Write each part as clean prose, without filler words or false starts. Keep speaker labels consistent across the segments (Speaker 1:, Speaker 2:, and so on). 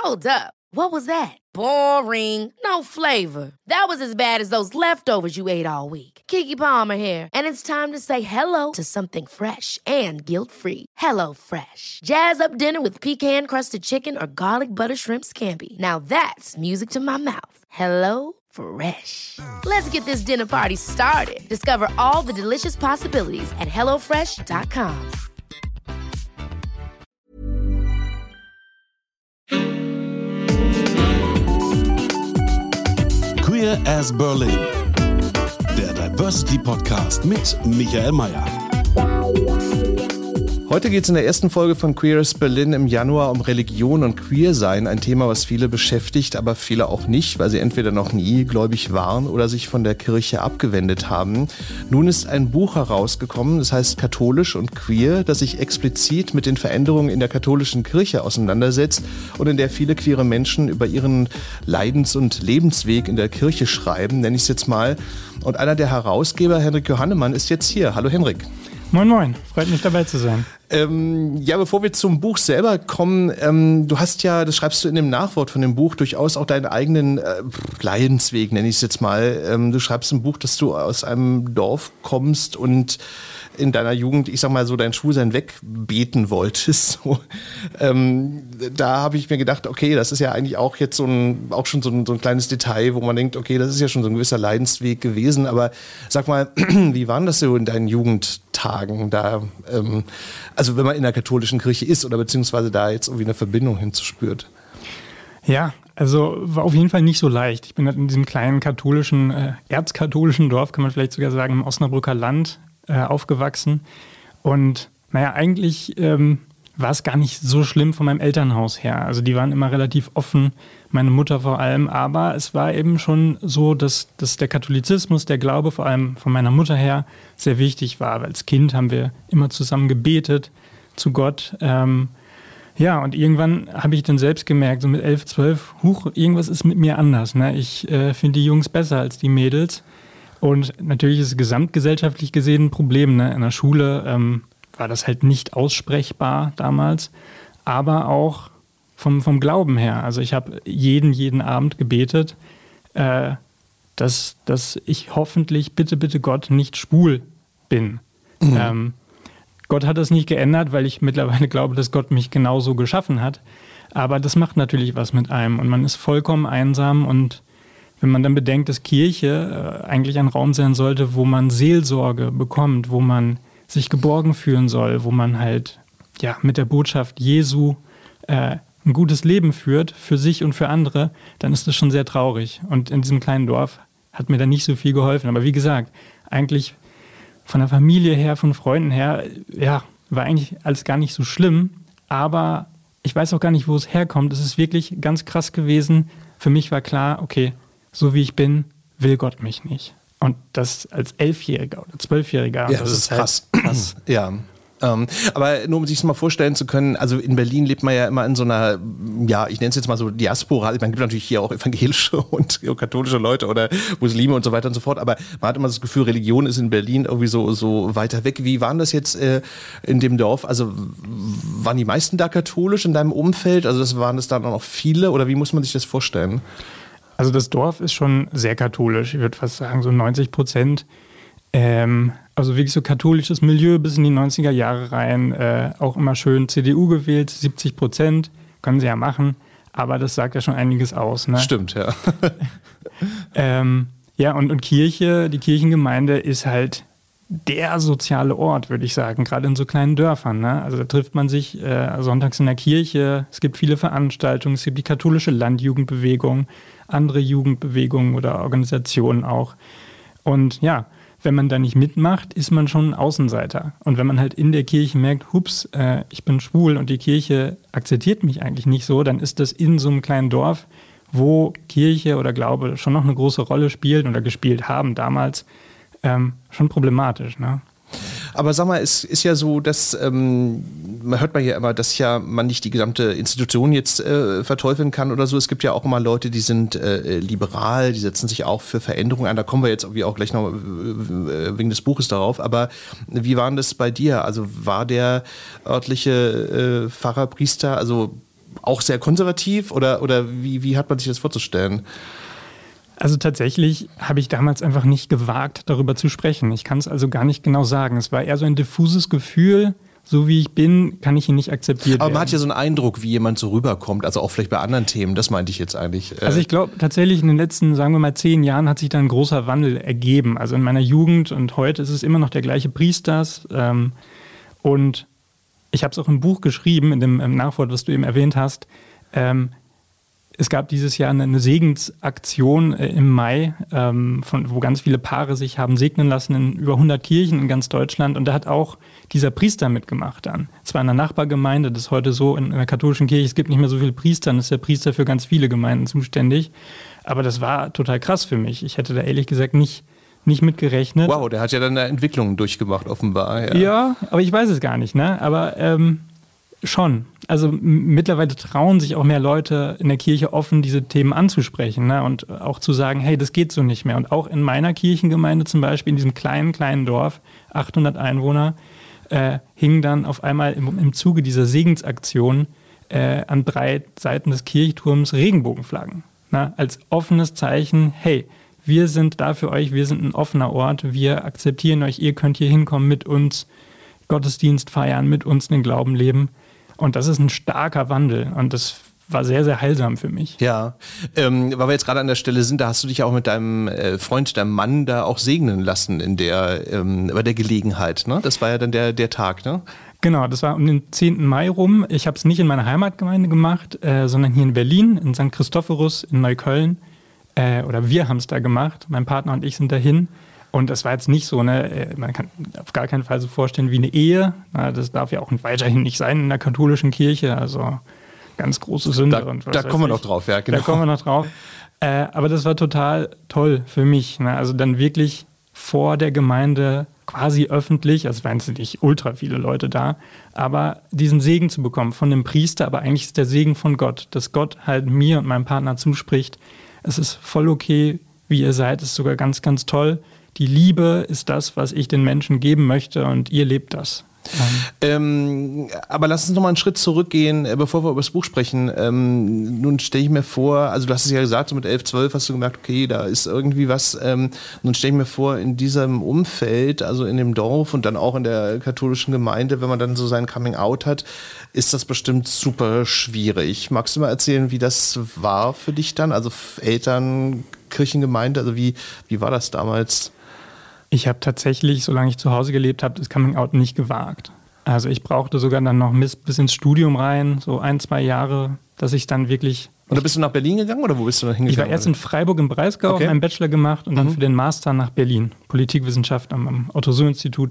Speaker 1: Hold up. What was that? Boring. No flavor. That was as bad as those leftovers you ate all week. Keke Palmer here. And it's time to say hello to something fresh and guilt-free. Hello Fresh. Jazz up dinner with pecan-crusted chicken or garlic butter shrimp scampi. Now that's music to my mouth. Hello Fresh. Let's get this dinner party started. Discover all the delicious possibilities at hellofresh.com.
Speaker 2: Queer as Berlin, der Diversity-Podcast mit Michael Mayer.
Speaker 3: Heute geht es in der ersten Folge von Queer as Berlin im Januar um Religion und Queersein. Ein Thema, was viele beschäftigt, aber viele auch nicht, weil sie entweder noch nie gläubig waren oder sich von der Kirche abgewendet haben. Nun ist ein Buch herausgekommen, das heißt Katholisch und Queer, das sich explizit mit den Veränderungen in der katholischen Kirche auseinandersetzt und in der viele queere Menschen über ihren Leidens- und Lebensweg in der Kirche schreiben, nenne ich es jetzt mal. Und einer der Herausgeber, Henrik Johannemann, ist jetzt hier. Hallo Henrik.
Speaker 4: Moin Moin, freut mich dabei zu sein.
Speaker 3: Bevor wir zum Buch selber kommen, du hast ja, das schreibst du in dem Nachwort von dem Buch, durchaus auch deinen eigenen Leidensweg, nenne ich es jetzt mal. Du schreibst im Buch, dass du aus einem Dorf kommst und in deiner Jugend, ich sag mal so, dein Schwulsein wegbeten wolltest. So. Da habe ich mir gedacht, okay, das ist ja eigentlich auch jetzt so ein kleines Detail, wo man denkt, okay, das ist ja schon so ein gewisser Leidensweg gewesen. Aber sag mal, wie waren das so in deinen Jugendtagen da? Also wenn man in der katholischen Kirche ist oder beziehungsweise da jetzt irgendwie eine Verbindung hinzuspürt?
Speaker 4: Ja, also war auf jeden Fall nicht so leicht. Ich bin halt in diesem kleinen katholischen, erzkatholischen Dorf, kann man vielleicht sogar sagen, im Osnabrücker Land aufgewachsen. Und naja, eigentlich war es gar nicht so schlimm von meinem Elternhaus her. Also die waren immer relativ offen, meine Mutter vor allem. Aber es war eben schon so, dass der Katholizismus, der Glaube vor allem von meiner Mutter her sehr wichtig war. Als Kind haben wir immer zusammen gebetet zu Gott. Und irgendwann habe ich dann selbst gemerkt, so mit 11, 12, irgendwas ist mit mir anders. Ne? Ich finde die Jungs besser als die Mädels. Und natürlich ist es gesamtgesellschaftlich gesehen ein Problem. Ne? In der Schule war das halt nicht aussprechbar damals, aber auch vom Glauben her. Also ich habe jeden Abend gebetet, dass ich hoffentlich, bitte Gott, nicht schwul bin. Mhm. Gott hat das nicht geändert, weil ich mittlerweile glaube, dass Gott mich genauso geschaffen hat. Aber das macht natürlich was mit einem und man ist vollkommen einsam. Und wenn man dann bedenkt, dass Kirche eigentlich ein Raum sein sollte, wo man Seelsorge bekommt, wo man sich geborgen fühlen soll, wo man halt mit der Botschaft Jesu ein gutes Leben führt, für sich und für andere, dann ist das schon sehr traurig. Und in diesem kleinen Dorf hat mir da nicht so viel geholfen. Aber wie gesagt, eigentlich von der Familie her, von Freunden her, war eigentlich alles gar nicht so schlimm. Aber ich weiß auch gar nicht, wo es herkommt. Es ist wirklich ganz krass gewesen. Für mich war klar, okay, so wie ich bin, will Gott mich nicht. Und das als 11-Jähriger oder 12-Jähriger.
Speaker 3: Ja, das ist krass. Krass. Ja. Aber nur um sich das mal vorstellen zu können, also in Berlin lebt man ja immer in so einer, ich nenne es jetzt mal so Diaspora. Man gibt natürlich hier auch evangelische und katholische Leute oder Muslime und so weiter und so fort. Aber man hat immer das Gefühl, Religion ist in Berlin irgendwie so weiter weg. Wie waren das jetzt in dem Dorf? Also waren die meisten da katholisch in deinem Umfeld? Also waren das dann auch noch viele oder wie muss man sich das vorstellen?
Speaker 4: Also das Dorf ist schon sehr katholisch. Ich würde fast sagen so 90%. Also wirklich so katholisches Milieu bis in die 90er Jahre rein. Auch immer schön CDU gewählt, 70%. Können sie ja machen. Aber das sagt ja schon einiges aus. Ne?
Speaker 3: Stimmt, ja.
Speaker 4: Und Kirche, die Kirchengemeinde ist halt der soziale Ort, würde ich sagen. Gerade in so kleinen Dörfern. Ne? Also da trifft man sich sonntags in der Kirche. Es gibt viele Veranstaltungen. Es gibt die katholische Landjugendbewegung, andere Jugendbewegungen oder Organisationen auch. Und wenn man da nicht mitmacht, ist man schon ein Außenseiter. Und wenn man halt in der Kirche merkt, hups, ich bin schwul und die Kirche akzeptiert mich eigentlich nicht so, dann ist das in so einem kleinen Dorf, wo Kirche oder Glaube schon noch eine große Rolle spielt oder gespielt haben damals, schon problematisch, ne?
Speaker 3: Aber sag mal, es ist ja so, dass man hört ja immer, dass man nicht die gesamte Institution jetzt verteufeln kann oder so. Es gibt ja auch immer Leute, die sind liberal, die setzen sich auch für Veränderungen ein. Da kommen wir jetzt irgendwie auch gleich noch wegen des Buches darauf. Aber wie war das bei dir? Also war der örtliche Pfarrer, Priester, also auch sehr konservativ oder wie hat man sich das vorzustellen?
Speaker 4: Also tatsächlich habe ich damals einfach nicht gewagt, darüber zu sprechen. Ich kann es also gar nicht genau sagen. Es war eher so ein diffuses Gefühl, so wie ich bin, kann ich ihn nicht akzeptieren.
Speaker 3: Aber man hat ja so einen Eindruck, wie jemand so rüberkommt, also auch vielleicht bei anderen Themen, das meinte ich jetzt eigentlich.
Speaker 4: Also ich glaube tatsächlich in den letzten, sagen wir mal 10 Jahren hat sich da ein großer Wandel ergeben. Also in meiner Jugend und heute ist es immer noch der gleiche Priester. Und ich habe es auch im Buch geschrieben, in dem Nachwort, was du eben erwähnt hast. Es gab dieses Jahr eine Segensaktion im Mai, wo ganz viele Paare sich haben segnen lassen in über 100 Kirchen in ganz Deutschland. Und da hat auch dieser Priester mitgemacht dann. Es war in einer Nachbargemeinde, das ist heute so in der katholischen Kirche, es gibt nicht mehr so viele Priester, dann ist der Priester für ganz viele Gemeinden zuständig. Aber das war total krass für mich. Ich hätte da ehrlich gesagt nicht mitgerechnet.
Speaker 3: Wow, der hat ja dann eine Entwicklung durchgemacht, offenbar.
Speaker 4: Ja, aber ich weiß es gar nicht, ne? Aber schon. Also mittlerweile trauen sich auch mehr Leute in der Kirche offen, diese Themen anzusprechen, ne? Und auch zu sagen, hey, das geht so nicht mehr. Und auch in meiner Kirchengemeinde zum Beispiel, in diesem kleinen Dorf, 800 Einwohner, hingen dann auf einmal im Zuge dieser Segensaktion an 3 Seiten des Kirchturms Regenbogenflaggen. Ne? Als offenes Zeichen, hey, wir sind da für euch, wir sind ein offener Ort, wir akzeptieren euch, ihr könnt hier hinkommen mit uns, Gottesdienst feiern, mit uns den Glauben leben. Und das ist ein starker Wandel und das war sehr, sehr heilsam für mich.
Speaker 3: Ja, weil wir jetzt gerade an der Stelle sind, da hast du dich ja auch mit deinem Freund, deinem Mann da auch segnen lassen bei der Gelegenheit, ne? Das war ja dann der Tag, ne?
Speaker 4: Genau, das war um den 10. Mai rum. Ich habe es nicht in meiner Heimatgemeinde gemacht, sondern hier in Berlin, in St. Christophorus in Neukölln. Oder wir haben es da gemacht, mein Partner und ich sind dahin. Und das war jetzt nicht so, ne, man kann auf gar keinen Fall so vorstellen wie eine Ehe. Na, das darf ja auch weiterhin nicht sein in der katholischen Kirche, also ganz große Sünde.
Speaker 3: Da kommen wir noch drauf, ja, genau.
Speaker 4: Da kommen wir noch drauf. Aber das war total toll für mich. Ne? Also dann wirklich vor der Gemeinde quasi öffentlich, also waren es nicht ultra viele Leute da, aber diesen Segen zu bekommen von dem Priester, aber eigentlich ist der Segen von Gott, dass Gott halt mir und meinem Partner zuspricht, es ist voll okay, wie ihr seid, es ist sogar ganz, ganz toll. Die Liebe ist das, was ich den Menschen geben möchte und ihr lebt das.
Speaker 3: Aber lass uns noch mal einen Schritt zurückgehen, bevor wir über das Buch sprechen. Nun stelle ich mir vor, also du hast es ja gesagt, so mit 11, 12 hast du gemerkt, okay, da ist irgendwie was. Nun stelle ich mir vor, in diesem Umfeld, also in dem Dorf und dann auch in der katholischen Gemeinde, wenn man dann so sein Coming-out hat, ist das bestimmt super schwierig. Magst du mal erzählen, wie das war für dich dann? Also Eltern, Kirchengemeinde, also wie war das damals?
Speaker 4: Ich habe tatsächlich, solange ich zu Hause gelebt habe, das Coming-out nicht gewagt. Also ich brauchte sogar dann noch bis ins Studium rein, so 1, 2 Jahre, dass ich dann wirklich...
Speaker 3: Und da bist du nach Berlin gegangen oder wo bist du da hingegangen?
Speaker 4: Ich war erst in Freiburg im Breisgau, habe meinen Bachelor gemacht und dann für den Master nach Berlin. Politikwissenschaft am Otto-Suhr-Institut.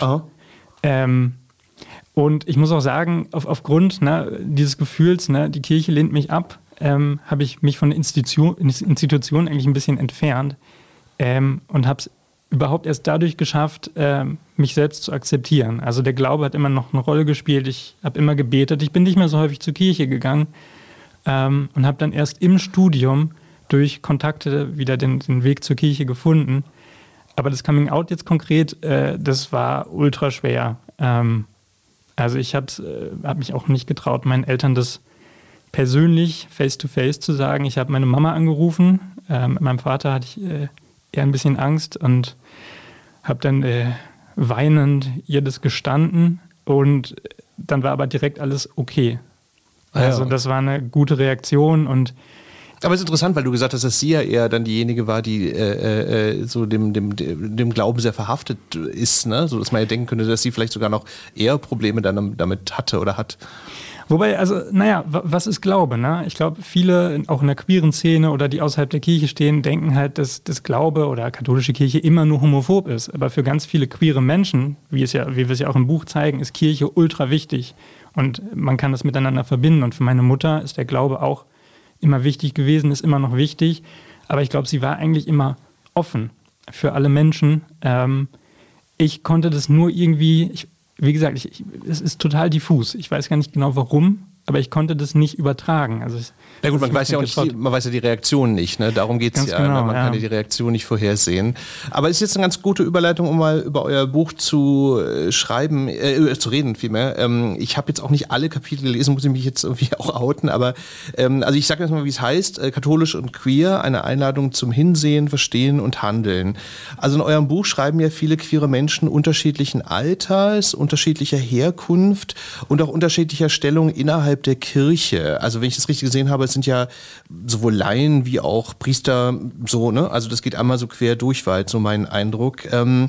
Speaker 4: Und ich muss auch sagen, aufgrund dieses Gefühls, die Kirche lehnt mich ab, habe ich mich von der Institution eigentlich ein bisschen entfernt und habe es überhaupt erst dadurch geschafft, mich selbst zu akzeptieren. Also der Glaube hat immer noch eine Rolle gespielt. Ich habe immer gebetet. Ich bin nicht mehr so häufig zur Kirche gegangen und habe dann erst im Studium durch Kontakte wieder den Weg zur Kirche gefunden. Aber das Coming-out jetzt konkret, das war ultra schwer. Also ich habe mich auch nicht getraut, meinen Eltern das persönlich face-to-face zu sagen. Ich habe meine Mama angerufen. Mit meinem Vater hatte ich eher ein bisschen Angst und habe dann weinend ihr das gestanden und dann war aber direkt alles okay. Also das war eine gute Reaktion und
Speaker 3: aber es ist interessant, weil du gesagt hast, dass sie ja eher dann diejenige war, die so dem Glauben sehr verhaftet ist, ne? So dass man ja denken könnte, dass sie vielleicht sogar noch eher Probleme dann damit hatte oder hat.
Speaker 4: Wobei, also, was ist Glaube, ne? Ich glaube, viele, auch in der queeren Szene oder die außerhalb der Kirche stehen, denken halt, dass das Glaube oder katholische Kirche immer nur homophob ist. Aber für ganz viele queere Menschen, wie wir es ja auch im Buch zeigen, ist Kirche ultra wichtig. Und man kann das miteinander verbinden. Und für meine Mutter ist der Glaube auch immer wichtig gewesen, ist immer noch wichtig. Aber ich glaube, sie war eigentlich immer offen für alle Menschen. Ich konnte das nur irgendwie... Wie gesagt, es ist total diffus. Ich weiß gar nicht genau warum, aber ich konnte das nicht übertragen. Also
Speaker 3: na gut, man weiß ja die Reaktion nicht, ne? Darum geht es ja.
Speaker 4: Genau,
Speaker 3: ne? Man kann ja die Reaktion nicht vorhersehen. Aber es ist jetzt eine ganz gute Überleitung, um mal über euer Buch zu reden vielmehr. Ich habe jetzt auch nicht alle Kapitel gelesen, muss ich mich jetzt irgendwie auch outen, aber also ich sage jetzt mal, wie es heißt, Katholisch und Queer, eine Einladung zum Hinsehen, Verstehen und Handeln. Also in eurem Buch schreiben ja viele queere Menschen unterschiedlichen Alters, unterschiedlicher Herkunft und auch unterschiedlicher Stellung innerhalb der Kirche. Also wenn ich das richtig gesehen habe, es sind ja sowohl Laien wie auch Priester, so, ne? Also das geht einmal so quer durch weit, so mein Eindruck.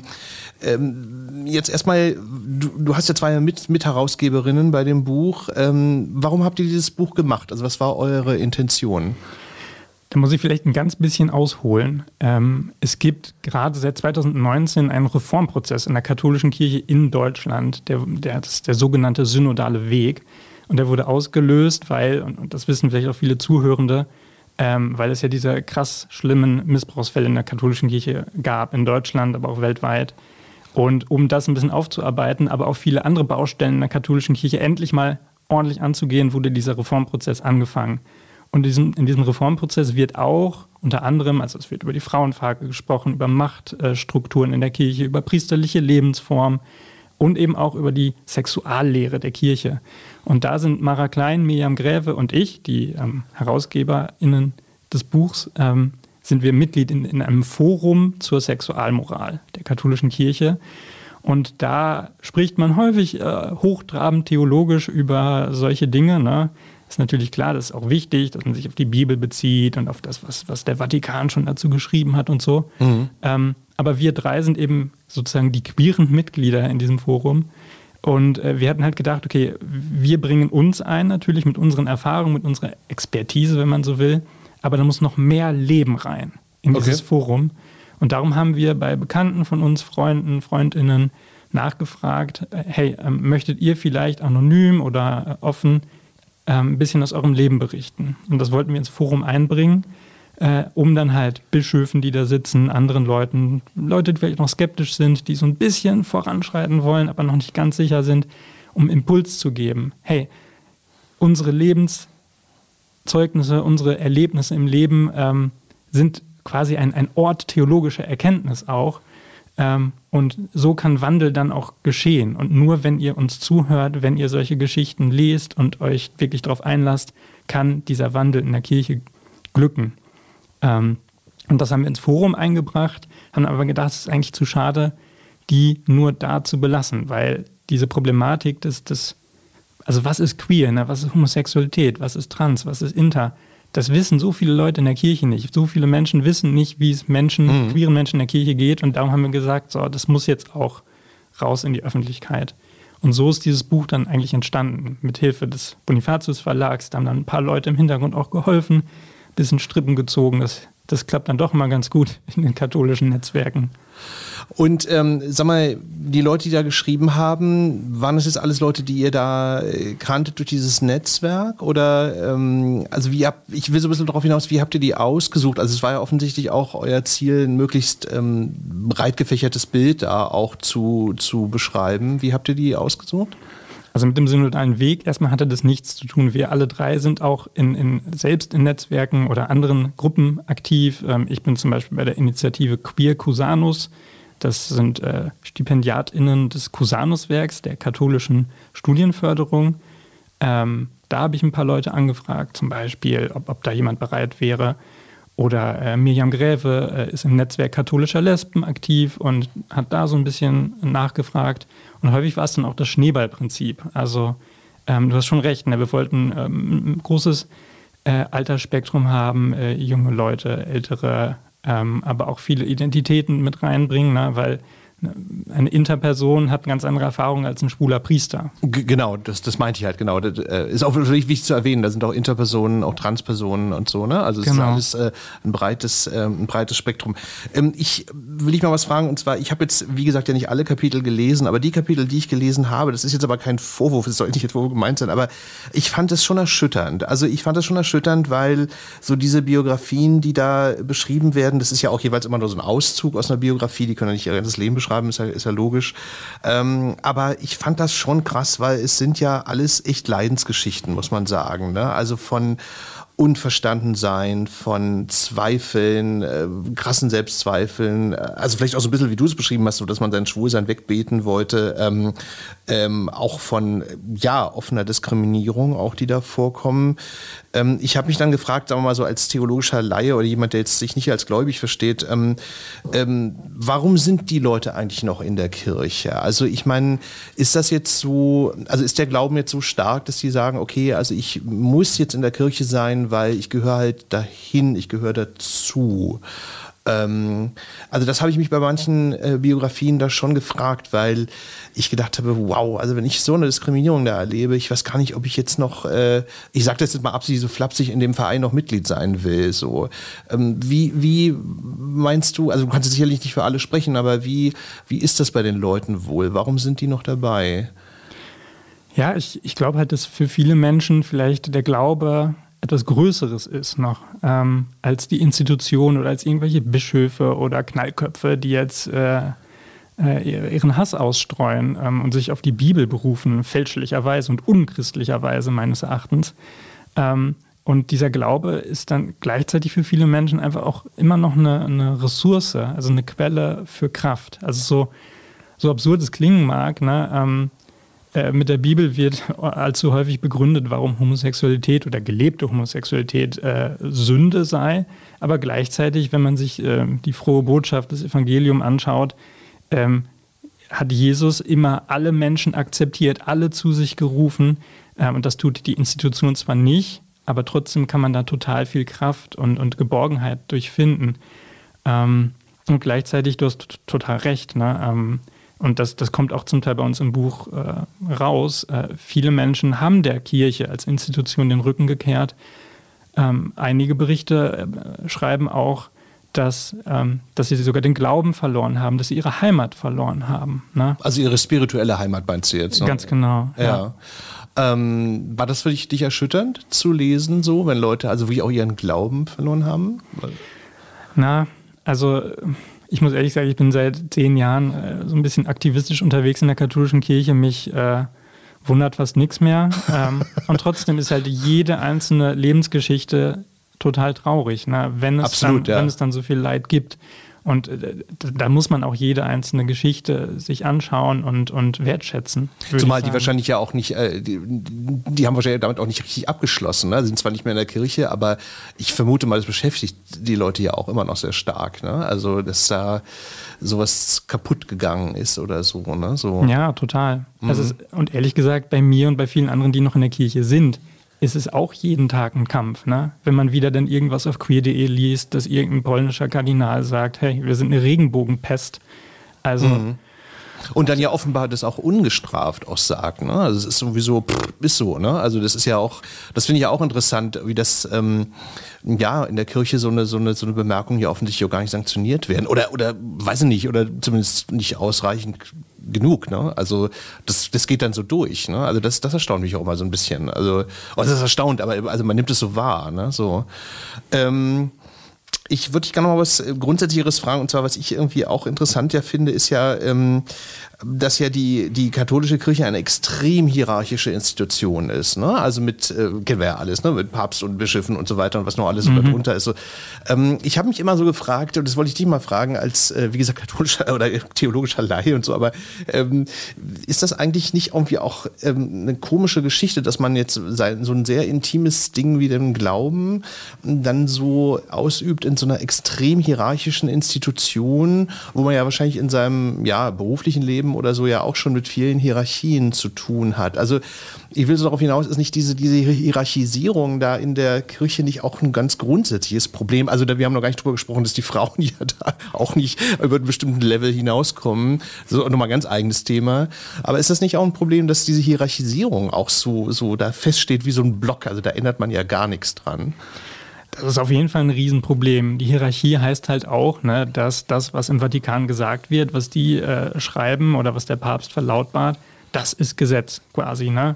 Speaker 3: Jetzt erstmal, du hast ja zwei Mitherausgeberinnen bei dem Buch. Warum habt ihr dieses Buch gemacht? Also was war eure Intention?
Speaker 4: Da muss ich vielleicht ein ganz bisschen ausholen. Es gibt gerade seit 2019 einen Reformprozess in der katholischen Kirche in Deutschland, das ist der sogenannte synodale Weg. Und der wurde ausgelöst, weil, und das wissen vielleicht auch viele Zuhörende, weil es ja diese krass schlimmen Missbrauchsfälle in der katholischen Kirche gab, in Deutschland, aber auch weltweit. Und um das ein bisschen aufzuarbeiten, aber auch viele andere Baustellen in der katholischen Kirche endlich mal ordentlich anzugehen, wurde dieser Reformprozess angefangen. Und in diesem Reformprozess wird auch unter anderem, also es wird über die Frauenfrage gesprochen, über Machtstrukturen in der Kirche, über priesterliche Lebensformen und eben auch über die Sexuallehre der Kirche. Und da sind Mara Klein, Mirjam Gräve und ich, die HerausgeberInnen des Buchs, sind wir Mitglied in einem Forum zur Sexualmoral der katholischen Kirche. Und da spricht man häufig hochtrabend theologisch über solche Dinge, ne? Ist natürlich klar, das ist auch wichtig, dass man sich auf die Bibel bezieht und auf das, was der Vatikan schon dazu geschrieben hat und so. Aber wir drei sind eben sozusagen die queeren Mitglieder in diesem Forum. Und wir hatten halt gedacht, okay, wir bringen uns ein, natürlich mit unseren Erfahrungen, mit unserer Expertise, wenn man so will. Aber da muss noch mehr Leben rein in dieses Forum. Und darum haben wir bei Bekannten von uns, Freunden, Freundinnen nachgefragt, hey, möchtet ihr vielleicht anonym oder offen ein bisschen aus eurem Leben berichten? Und das wollten wir ins Forum einbringen, um dann halt Bischöfen, die da sitzen, anderen Leute, die vielleicht noch skeptisch sind, die so ein bisschen voranschreiten wollen, aber noch nicht ganz sicher sind, um Impuls zu geben. Hey, unsere Lebenszeugnisse, unsere Erlebnisse im Leben sind quasi ein Ort theologischer Erkenntnis auch. Und so kann Wandel dann auch geschehen. Und nur wenn ihr uns zuhört, wenn ihr solche Geschichten lest und euch wirklich darauf einlasst, kann dieser Wandel in der Kirche glücken. Und das haben wir ins Forum eingebracht, haben aber gedacht, es ist eigentlich zu schade, die nur da zu belassen, weil diese Problematik also was ist queer, ne? Was ist Homosexualität, was ist trans, was ist inter, das wissen so viele Leute in der Kirche nicht. So viele Menschen wissen nicht, wie es queeren Menschen in der Kirche geht. Und darum haben wir gesagt, so, das muss jetzt auch raus in die Öffentlichkeit. Und so ist dieses Buch dann eigentlich entstanden, mit Hilfe des Bonifatius Verlags. Da haben dann ein paar Leute im Hintergrund auch geholfen, ein bisschen Strippen gezogen. Das klappt dann doch mal ganz gut in den katholischen Netzwerken.
Speaker 3: Und sag mal, die Leute, die da geschrieben haben, waren das jetzt alles Leute, die ihr da kanntet durch dieses Netzwerk? Oder also ich will so ein bisschen darauf hinaus, wie habt ihr die ausgesucht? Also es war ja offensichtlich auch euer Ziel, ein möglichst breit gefächertes Bild da auch zu beschreiben. Wie habt ihr die ausgesucht?
Speaker 4: Also mit dem synodalen Weg, erstmal hatte das nichts zu tun. Wir alle drei sind auch selbst in Netzwerken oder anderen Gruppen aktiv. Ich bin zum Beispiel bei der Initiative Queer Cusanus. Das sind StipendiatInnen des Cusanus-Werks, der katholischen Studienförderung. Da habe ich ein paar Leute angefragt, zum Beispiel, ob da jemand bereit wäre. Oder Mirjam Gräve ist im Netzwerk katholischer Lesben aktiv und hat da so ein bisschen nachgefragt. Und häufig war es dann auch das Schneeballprinzip. Also du hast schon recht, ne? Wir wollten ein großes Altersspektrum haben, junge Leute, ältere, aber auch viele Identitäten mit reinbringen, ne? Weil eine Interperson hat ganz andere Erfahrungen als ein schwuler Priester.
Speaker 3: Genau, das meinte ich halt, genau. Das ist auch wirklich wichtig zu erwähnen, da sind auch Interpersonen, auch Transpersonen und so, ne? Also es ist alles ein breites Spektrum. Ich will mal was fragen, und zwar, ich habe jetzt, wie gesagt, ja nicht alle Kapitel gelesen, aber die Kapitel, die ich gelesen habe, das ist jetzt aber kein Vorwurf, das soll nicht jetzt Vorwurf gemeint sein, aber ich fand es schon erschütternd. Also ich fand es schon erschütternd, weil so diese Biografien, die da beschrieben werden, das ist ja auch jeweils immer nur so ein Auszug aus einer Biografie, die können ja nicht ihr ganzes Leben beschreiben, schreiben, ist ja logisch. Aber ich fand das schon krass, weil es sind ja alles echt Leidensgeschichten, muss man sagen. Ne? Also von Unverstandensein, von Zweifeln, krassen Selbstzweifeln, also vielleicht auch so ein bisschen, wie du es beschrieben hast, so dass man sein Schwulsein wegbeten wollte, auch von offener Diskriminierung, auch die da vorkommen. Ich habe mich dann gefragt, sagen wir mal so als theologischer Laie oder jemand, der jetzt sich nicht als gläubig versteht, warum sind die Leute eigentlich noch in der Kirche? Also ich meine, ist das jetzt so, also ist der Glauben jetzt so stark, dass die sagen, okay, also ich muss jetzt in der Kirche sein, weil ich gehöre halt dahin, ich gehöre dazu. Also das habe ich mich bei manchen Biografien da schon gefragt, weil ich gedacht habe, wow, also wenn ich so eine Diskriminierung da erlebe, ich weiß gar nicht, ob ich jetzt noch, ich sage das jetzt mal absichtlich so flapsig, in dem Verein noch Mitglied sein will. So. Wie meinst du, also du kannst sicherlich nicht für alle sprechen, aber wie ist das bei den Leuten wohl? Warum sind die noch dabei?
Speaker 4: Ja, ich glaube halt, dass für viele Menschen vielleicht der Glaube etwas Größeres ist noch als die Institution oder als irgendwelche Bischöfe oder Knallköpfe, die jetzt ihren Hass ausstreuen und sich auf die Bibel berufen, fälschlicherweise und unchristlicherweise meines Erachtens. Und dieser Glaube ist dann gleichzeitig für viele Menschen einfach auch immer noch eine Ressource, also eine Quelle für Kraft. Also so absurd es klingen mag, ne? Mit der Bibel wird allzu häufig begründet, warum Homosexualität oder gelebte Homosexualität Sünde sei. Aber gleichzeitig, wenn man sich die frohe Botschaft des Evangeliums anschaut, hat Jesus immer alle Menschen akzeptiert, alle zu sich gerufen. Und das tut die Institution zwar nicht, aber trotzdem kann man da total viel Kraft und Geborgenheit durchfinden. Und gleichzeitig, du hast total recht, ne? Und das kommt auch zum Teil bei uns im Buch raus. Viele Menschen haben der Kirche als Institution den Rücken gekehrt. Einige Berichte schreiben auch, dass sie sogar den Glauben verloren haben, dass sie ihre Heimat verloren haben. Ne?
Speaker 3: Also ihre spirituelle Heimat meinst du jetzt? Ne?
Speaker 4: Ganz genau.
Speaker 3: Ja. War das für dich erschütternd zu lesen, so, wenn Leute also wirklich auch ihren Glauben verloren haben?
Speaker 4: Na, also ich muss ehrlich sagen, ich bin seit 10 Jahren so ein bisschen aktivistisch unterwegs in der katholischen Kirche. Mich wundert fast nichts mehr. Und trotzdem ist halt jede einzelne Lebensgeschichte total traurig, ne? Wenn es dann so viel Leid gibt. Und da muss man auch jede einzelne Geschichte sich anschauen und wertschätzen.
Speaker 3: Zumal die wahrscheinlich ja auch nicht, die haben wahrscheinlich damit auch nicht richtig abgeschlossen. Ne? Sind zwar nicht mehr in der Kirche, aber ich vermute mal, das beschäftigt die Leute ja auch immer noch sehr stark. Ne? Also, dass da sowas kaputt gegangen ist oder so. Ne? So.
Speaker 4: Ja, total. Mhm. Und ehrlich gesagt, bei mir und bei vielen anderen, die noch in der Kirche sind, ist es auch jeden Tag ein Kampf, ne? Wenn man wieder dann irgendwas auf queer.de liest, dass irgendein polnischer Kardinal sagt, hey, wir sind eine Regenbogenpest. Also
Speaker 3: und dann ja offenbar das auch ungestraft auch sagt, ne? Also es ist sowieso, ist so, ne? Also das ist ja auch, das finde ich ja auch interessant, wie das in der Kirche so eine Bemerkung ja offensichtlich auch gar nicht sanktioniert werden. Oder weiß ich nicht, oder zumindest nicht ausreichend genug, ne? Also das geht dann so durch, ne? Also das erstaunt mich auch immer so ein bisschen. Also das ist erstaunt, aber also man nimmt es so wahr, ne? So. Ich würde dich gerne noch mal was Grundsätzlicheres fragen, und zwar, was ich irgendwie auch interessant ja finde, ist ja, dass ja die katholische Kirche eine extrem hierarchische Institution ist, ne? Also mit, kennen wir ja alles, ne? Mit Papst und Bischöfen und so weiter und was noch alles so darunter ist. So, ich habe mich immer so gefragt, und das wollte ich dich mal fragen, als, wie gesagt, katholischer oder theologischer Laie und so, aber ist das eigentlich nicht irgendwie auch eine komische Geschichte, dass man jetzt so ein sehr intimes Ding wie den Glauben dann so ausübt in so einer extrem hierarchischen Institution, wo man ja wahrscheinlich in seinem beruflichen Leben oder so ja auch schon mit vielen Hierarchien zu tun hat. Also ich will so darauf hinaus, ist nicht diese Hierarchisierung da in der Kirche nicht auch ein ganz grundsätzliches Problem? Also wir haben noch gar nicht drüber gesprochen, dass die Frauen ja da auch nicht über einen bestimmten Level hinauskommen. Das ist auch nochmal ein ganz eigenes Thema. Aber ist das nicht auch ein Problem, dass diese Hierarchisierung auch so da feststeht wie so ein Block? Also da ändert man ja gar nichts dran.
Speaker 4: Das ist auf jeden Fall ein Riesenproblem. Die Hierarchie heißt halt auch, ne, dass das, was im Vatikan gesagt wird, was die schreiben oder was der Papst verlautbart, das ist Gesetz quasi. Ne?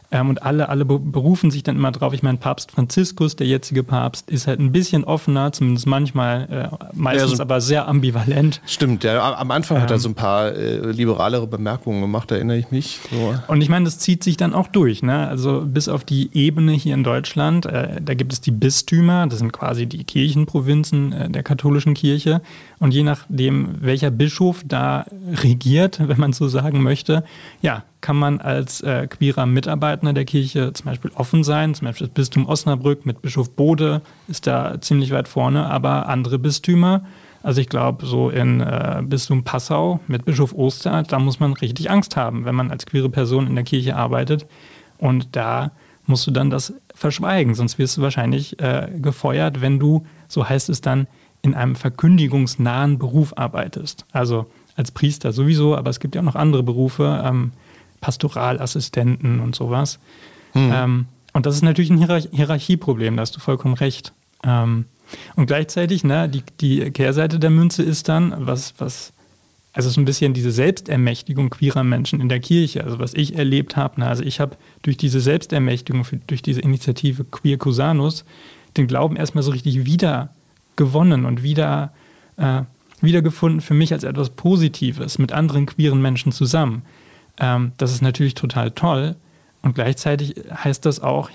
Speaker 4: Und alle berufen sich dann immer drauf. Ich meine, Papst Franziskus, der jetzige Papst, ist halt ein bisschen offener, zumindest manchmal, meistens aber sehr ambivalent.
Speaker 3: Stimmt, ja, am Anfang hat er so ein paar liberalere Bemerkungen gemacht, da erinnere ich mich. So.
Speaker 4: Und ich meine, das zieht sich dann auch durch, ne? Also bis auf die Ebene hier in Deutschland, da gibt es die Bistümer, das sind quasi die Kirchenprovinzen der katholischen Kirche. Und je nachdem, welcher Bischof da regiert, wenn man so sagen möchte, ja, kann man als queerer Mitarbeiter der Kirche zum Beispiel offen sein. Zum Beispiel das Bistum Osnabrück mit Bischof Bode ist da ziemlich weit vorne, aber andere Bistümer, also ich glaube so in Bistum Passau mit Bischof Oster, da muss man richtig Angst haben, wenn man als queere Person in der Kirche arbeitet. Und da musst du dann das verschweigen, sonst wirst du wahrscheinlich gefeuert, wenn du, so heißt es dann, in einem verkündigungsnahen Beruf arbeitest. Also als Priester sowieso, aber es gibt ja auch noch andere Berufe, Pastoralassistenten und sowas. Und das ist natürlich ein Hierarchieproblem, da hast du vollkommen recht. Und gleichzeitig, ne, die Kehrseite der Münze ist dann, also so ein bisschen diese Selbstermächtigung queerer Menschen in der Kirche, also was ich erlebt habe. Also ich habe durch diese Selbstermächtigung, durch diese Initiative Queer Cusanus, den Glauben erstmal so richtig wieder gewonnen und wiedergefunden für mich als etwas Positives mit anderen queeren Menschen zusammen. Das ist natürlich total toll und gleichzeitig heißt das auch,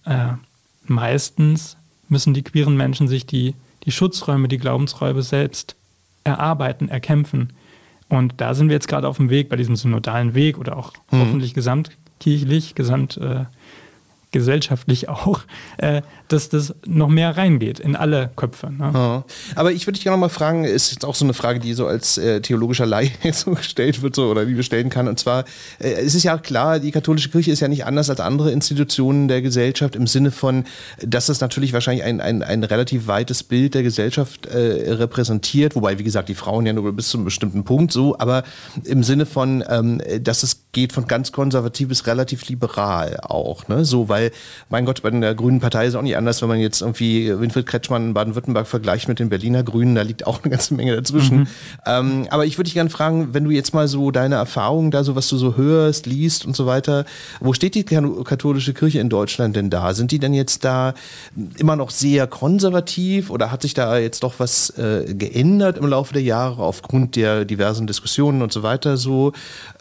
Speaker 4: meistens müssen die queeren Menschen sich die Schutzräume, die Glaubensräume selbst erarbeiten, erkämpfen. Und da sind wir jetzt gerade auf dem Weg, bei diesem synodalen Weg oder auch hoffentlich gesamtkirchlich, gesellschaftlich auch, dass das noch mehr reingeht in alle Köpfe. Ne?
Speaker 3: Ja. Aber ich würde dich gerne noch mal fragen, ist jetzt auch so eine Frage, die so als theologischer Laie so gestellt wird oder die wir stellen kann. Und zwar, es ist ja klar, die katholische Kirche ist ja nicht anders als andere Institutionen der Gesellschaft im Sinne von, dass es natürlich wahrscheinlich ein relativ weites Bild der Gesellschaft repräsentiert, wobei, wie gesagt, die Frauen ja nur bis zu einem bestimmten Punkt so, aber im Sinne von, dass es geht von ganz konservativ bis relativ liberal auch, ne? So, weil, mein Gott, bei der Grünen Partei ist auch nicht anders, wenn man jetzt irgendwie Winfried Kretschmann in Baden-Württemberg vergleicht mit den Berliner Grünen, da liegt auch eine ganze Menge dazwischen. Aber ich würde dich gerne fragen, wenn du jetzt mal so deine Erfahrungen da, so was du so hörst, liest und so weiter, wo steht die katholische Kirche in Deutschland denn da? Sind die denn jetzt da immer noch sehr konservativ oder hat sich da jetzt doch was geändert im Laufe der Jahre aufgrund der diversen Diskussionen und so weiter? So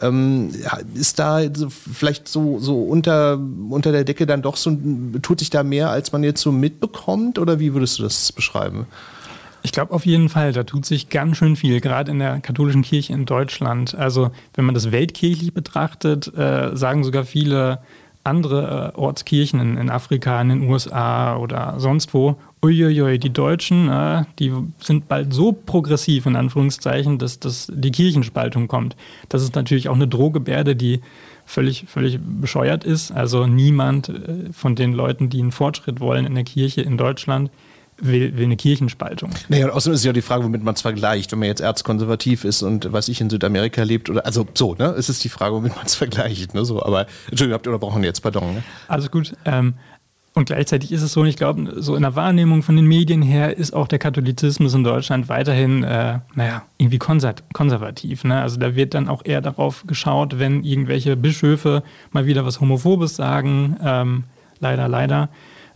Speaker 3: ist da vielleicht so unter der Decke dann doch so, tut sich da mehr, als man jetzt so mitbekommt? Oder wie würdest du das beschreiben?
Speaker 4: Ich glaube auf jeden Fall, da tut sich ganz schön viel, gerade in der katholischen Kirche in Deutschland. Also wenn man das weltkirchlich betrachtet, sagen sogar viele andere Ortskirchen in Afrika, in den USA oder sonst wo, uiuiui, die Deutschen, die sind bald so progressiv, in Anführungszeichen, dass die Kirchenspaltung kommt. Das ist natürlich auch eine Drohgebärde, die völlig bescheuert ist. Also niemand von den Leuten, die einen Fortschritt wollen in der Kirche in Deutschland, will eine Kirchenspaltung.
Speaker 3: Naja, und außerdem ist ja die Frage, womit man es vergleicht. Wenn man jetzt erzkonservativ ist und was ich in Südamerika lebt oder also so, ne? Es ist die Frage, womit man es vergleicht, ne? So, aber Entschuldigung, habt ihr unterbrochen jetzt, pardon. Ne?
Speaker 4: Alles gut. Und gleichzeitig ist es so, und ich glaube, so in der Wahrnehmung von den Medien her ist auch der Katholizismus in Deutschland weiterhin, irgendwie konservativ. Ne? Also da wird dann auch eher darauf geschaut, wenn irgendwelche Bischöfe mal wieder was Homophobes sagen. Leider.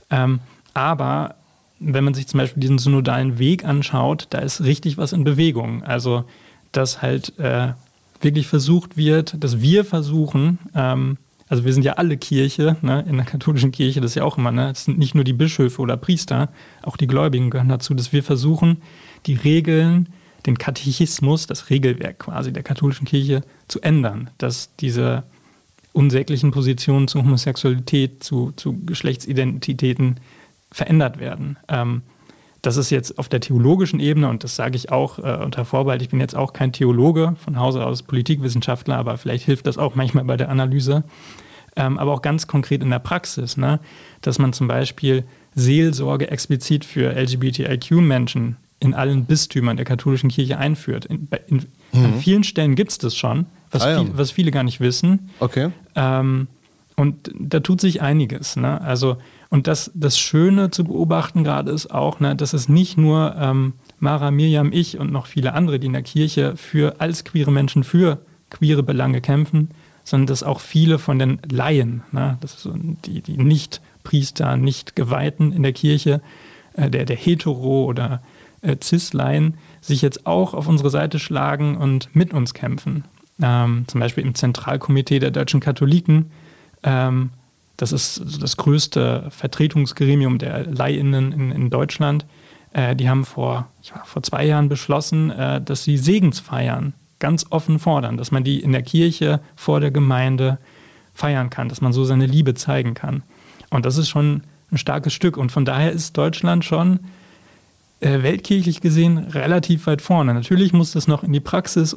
Speaker 4: Aber wenn man sich zum Beispiel diesen synodalen Weg anschaut, da ist richtig was in Bewegung. Also, dass halt wirklich versucht wird, dass wir versuchen, also wir sind ja alle Kirche, ne, in der katholischen Kirche, das ist ja auch immer, ne, es sind nicht nur die Bischöfe oder Priester, auch die Gläubigen gehören dazu, dass wir versuchen, die Regeln, den Katechismus, das Regelwerk quasi der katholischen Kirche zu ändern, dass diese unsäglichen Positionen zur Homosexualität, zu Geschlechtsidentitäten verändert werden. Das ist jetzt auf der theologischen Ebene, und das sage ich auch unter Vorbehalt, ich bin jetzt auch kein Theologe, von Hause aus Politikwissenschaftler, aber vielleicht hilft das auch manchmal bei der Analyse. Aber auch ganz konkret in der Praxis, ne? Dass man zum Beispiel Seelsorge explizit für LGBTIQ-Menschen in allen Bistümern der katholischen Kirche einführt. An vielen Stellen gibt es das schon, was viele gar nicht wissen.
Speaker 3: Okay.
Speaker 4: Und da tut sich einiges. Ne? Also, und das Schöne zu beobachten gerade ist auch, ne, dass es nicht nur Mara, Miriam, ich und noch viele andere, die in der Kirche als queere Menschen für queere Belange kämpfen, sondern dass auch viele von den Laien, ne, das ist so die Nicht-Priester, Nicht-Geweihten in der Kirche, der Hetero- oder Cis-Laien, sich jetzt auch auf unsere Seite schlagen und mit uns kämpfen. Zum Beispiel im Zentralkomitee der deutschen Katholiken. Das ist das größte Vertretungsgremium der LaiInnen in Deutschland. Die haben vor 2 Jahren beschlossen, dass sie Segensfeiern ganz offen fordern, dass man die in der Kirche vor der Gemeinde feiern kann, dass man so seine Liebe zeigen kann. Und das ist schon ein starkes Stück. Und von daher ist Deutschland schon weltkirchlich gesehen relativ weit vorne. Natürlich muss das noch in die Praxis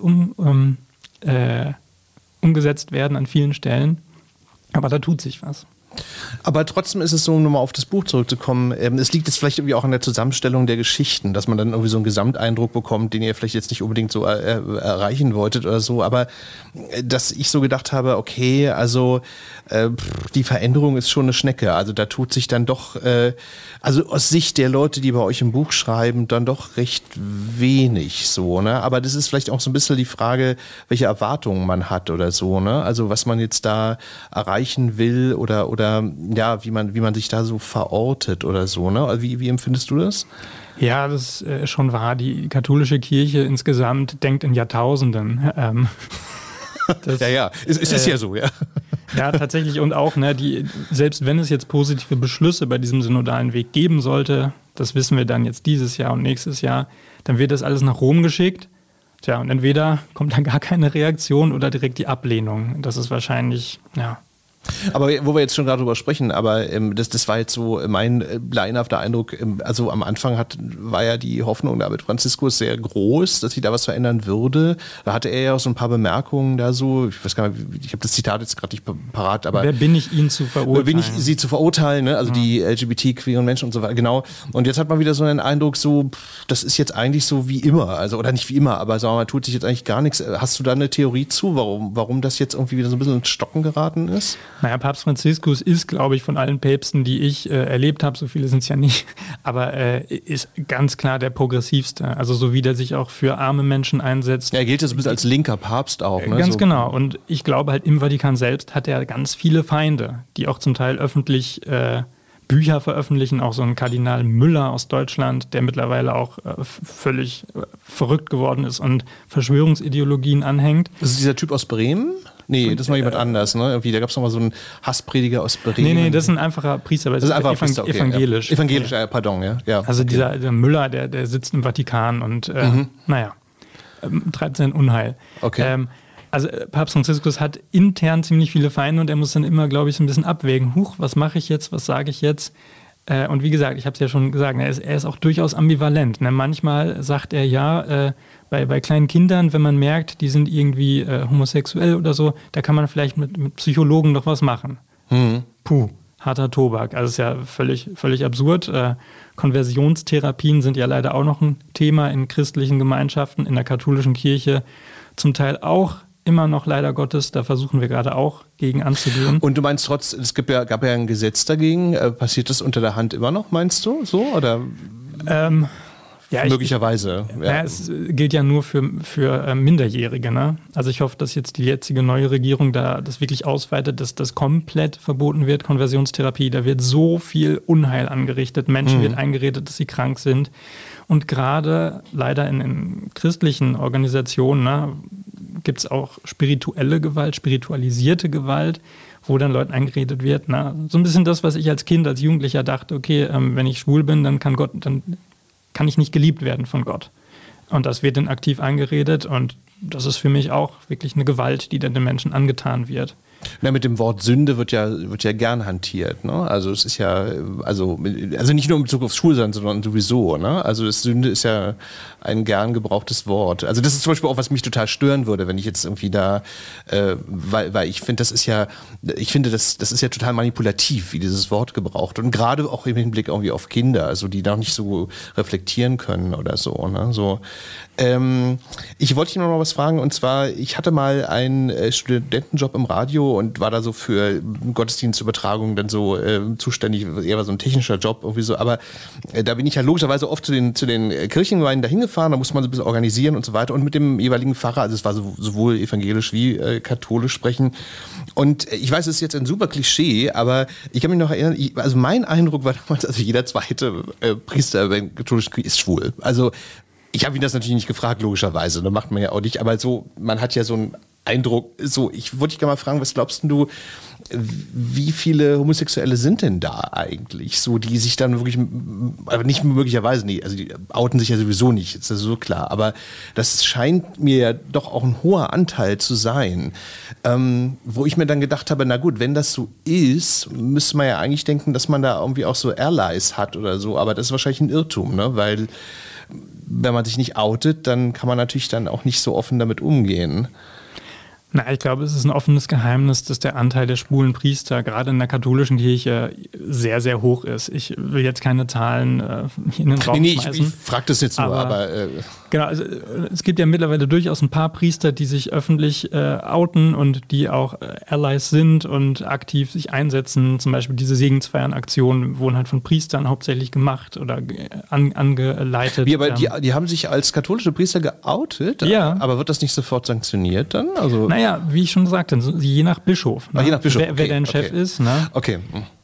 Speaker 4: umgesetzt werden an vielen Stellen, aber da tut sich was.
Speaker 3: Aber trotzdem ist es so, um nochmal auf das Buch zurückzukommen, es liegt jetzt vielleicht irgendwie auch an der Zusammenstellung der Geschichten, dass man dann irgendwie so einen Gesamteindruck bekommt, den ihr vielleicht jetzt nicht unbedingt so erreichen wolltet oder so, aber dass ich so gedacht habe, okay, also die Veränderung ist schon eine Schnecke, also da tut sich dann doch, also aus Sicht der Leute, die bei euch im Buch schreiben, dann doch recht wenig so, ne? Aber das ist vielleicht auch so ein bisschen die Frage, welche Erwartungen man hat oder so, ne? Also was man jetzt da erreichen will oder ja, wie man sich da so verortet oder so, ne? Wie empfindest du das?
Speaker 4: Ja, das ist schon wahr. Die katholische Kirche insgesamt denkt in Jahrtausenden.
Speaker 3: Es ist ja so, ja.
Speaker 4: Ja, tatsächlich. Und auch, ne, selbst wenn es jetzt positive Beschlüsse bei diesem synodalen Weg geben sollte, das wissen wir dann jetzt dieses Jahr und nächstes Jahr, dann wird das alles nach Rom geschickt. Tja, und entweder kommt dann gar keine Reaktion oder direkt die Ablehnung. Das ist wahrscheinlich, ja.
Speaker 3: Aber wo wir jetzt schon gerade drüber sprechen, aber das war jetzt so mein laienhafter Eindruck, also am Anfang war ja die Hoffnung da mit Franziskus sehr groß, dass sich da was verändern würde. Da hatte er ja auch so ein paar Bemerkungen da so, ich weiß gar nicht, ich habe das Zitat jetzt gerade nicht parat, aber...
Speaker 4: Wer bin ich, ihn zu verurteilen?
Speaker 3: Bin ich, sie zu verurteilen, ne? Also die LGBT-queeren Menschen und so weiter, genau. Und jetzt hat man wieder so einen Eindruck, so, das ist jetzt eigentlich so wie immer, also oder nicht wie immer, aber sagen wir mal, tut sich jetzt eigentlich gar nichts. Hast du da eine Theorie zu, warum das jetzt irgendwie wieder so ein bisschen ins Stocken geraten ist?
Speaker 4: Naja, Papst Franziskus ist, glaube ich, von allen Päpsten, die ich erlebt habe, so viele sind es ja nicht, aber ist ganz klar der progressivste. Also so wie der sich auch für arme Menschen einsetzt.
Speaker 3: Ja, er gilt ja so ein bisschen als linker Papst auch. Ne?
Speaker 4: Ganz
Speaker 3: so.
Speaker 4: Genau. Und ich glaube halt im Vatikan selbst hat er ganz viele Feinde, die auch zum Teil öffentlich Bücher veröffentlichen. Auch so ein Kardinal Müller aus Deutschland, der mittlerweile auch völlig verrückt geworden ist und Verschwörungsideologien anhängt.
Speaker 3: Das ist dieser Typ aus Bremen? Nee, das ist noch jemand anders, ne? Irgendwie, da gab es noch mal so einen Hassprediger aus Bremen.
Speaker 4: Nee, das ist ein einfacher Priester, aber das ist einfach Priester, okay, evangelisch.
Speaker 3: Ja. Evangelisch, pardon, ja.
Speaker 4: Also dieser Müller, der sitzt im Vatikan und treibt sein Unheil.
Speaker 3: Okay.
Speaker 4: Also Papst Franziskus hat intern ziemlich viele Feinde und er muss dann immer, glaube ich, so ein bisschen abwägen. Was mache ich jetzt, was sage ich jetzt? Und wie gesagt, ich habe es ja schon gesagt, er ist auch durchaus ambivalent. Ne? Manchmal sagt er bei kleinen Kindern, wenn man merkt, die sind irgendwie homosexuell oder so, da kann man vielleicht mit Psychologen noch was machen. Puh, harter Tobak. Also ist ja völlig absurd. Konversionstherapien sind ja leider auch noch ein Thema in christlichen Gemeinschaften, in der katholischen Kirche. Zum Teil auch immer noch leider Gottes, da versuchen wir gerade auch gegen anzugehen.
Speaker 3: Und du meinst trotzdem, es gab ja ein Gesetz dagegen, passiert das unter der Hand immer noch, meinst du, so, oder? Möglicherweise.
Speaker 4: Es gilt ja nur für Minderjährige, ne? Also ich hoffe, dass jetzt die jetzige neue Regierung da das wirklich ausweitet, dass das komplett verboten wird, Konversionstherapie. Da wird so viel Unheil angerichtet, Menschen wird eingeredet, dass sie krank sind. Und gerade leider in christlichen Organisationen, ne, gibt es auch spirituelle Gewalt, spiritualisierte Gewalt, wo dann Leuten eingeredet wird. Na, so ein bisschen das, was ich als Kind, als Jugendlicher dachte, okay, wenn ich schwul bin, dann kann ich nicht geliebt werden von Gott. Und das wird dann aktiv eingeredet und das ist für mich auch wirklich eine Gewalt, die dann den Menschen angetan wird.
Speaker 3: Na, mit dem Wort Sünde wird ja gern hantiert, ne? Also es ist ja, also nicht nur in Bezug aufs Schwulsein, sondern sowieso, ne? Also das Sünde ist ja ein gern gebrauchtes Wort. Also das ist zum Beispiel auch, was mich total stören würde, wenn ich jetzt irgendwie da, weil ich finde, das ist ja total manipulativ, wie dieses Wort gebraucht. Und gerade auch im Hinblick irgendwie auf Kinder, also die noch nicht so reflektieren können oder so, ne? So. Ich wollte dich noch mal was fragen, und zwar, ich hatte mal einen Studentenjob im Radio Auto und war da so für Gottesdienstübertragung dann so zuständig, eher so ein technischer Job irgendwie so, aber da bin ich ja logischerweise oft zu den Kirchengemeinden da hingefahren, da musste man so ein bisschen organisieren und so weiter und mit dem jeweiligen Pfarrer, also es war sowohl evangelisch wie katholisch sprechen und ich weiß, es ist jetzt ein super Klischee, aber ich kann mich noch erinnern, also mein Eindruck war damals, also jeder zweite Priester beim katholischen Kirche ist schwul, also ich habe ihn das natürlich nicht gefragt, logischerweise, das macht man ja auch nicht, aber so, man hat ja so einen Eindruck, so, ich wollte dich gerne mal fragen, was glaubst du, wie viele Homosexuelle sind denn da eigentlich, so, die sich dann wirklich, aber nicht möglicherweise, nee, also die outen sich ja sowieso nicht, ist das so klar, aber das scheint mir ja doch auch ein hoher Anteil zu sein, wo ich mir dann gedacht habe, na gut, wenn das so ist, müsste man ja eigentlich denken, dass man da irgendwie auch so Allies hat oder so, aber das ist wahrscheinlich ein Irrtum, ne, weil wenn man sich nicht outet, dann kann man natürlich dann auch nicht so offen damit umgehen.
Speaker 4: Na, ich glaube, es ist ein offenes Geheimnis, dass der Anteil der schwulen Priester gerade in der katholischen Kirche sehr, sehr hoch ist. Ich will jetzt keine Zahlen in den Raum schmeißen. Ich frage das jetzt nur, aber genau, also, es gibt ja mittlerweile durchaus ein paar Priester, die sich öffentlich outen und die auch Allies sind und aktiv sich einsetzen. Zum Beispiel diese Segensfeiern-Aktionen wurden halt von Priestern hauptsächlich gemacht oder angeleitet.
Speaker 3: Wie, aber die haben sich als katholische Priester geoutet?
Speaker 4: Ja.
Speaker 3: Aber wird das nicht sofort sanktioniert dann? Also
Speaker 4: naja, wie ich schon sagte, je nach Bischof. Ne?
Speaker 3: Je nach Bischof.
Speaker 4: Wer dein Chef ist. Ne?
Speaker 3: Okay.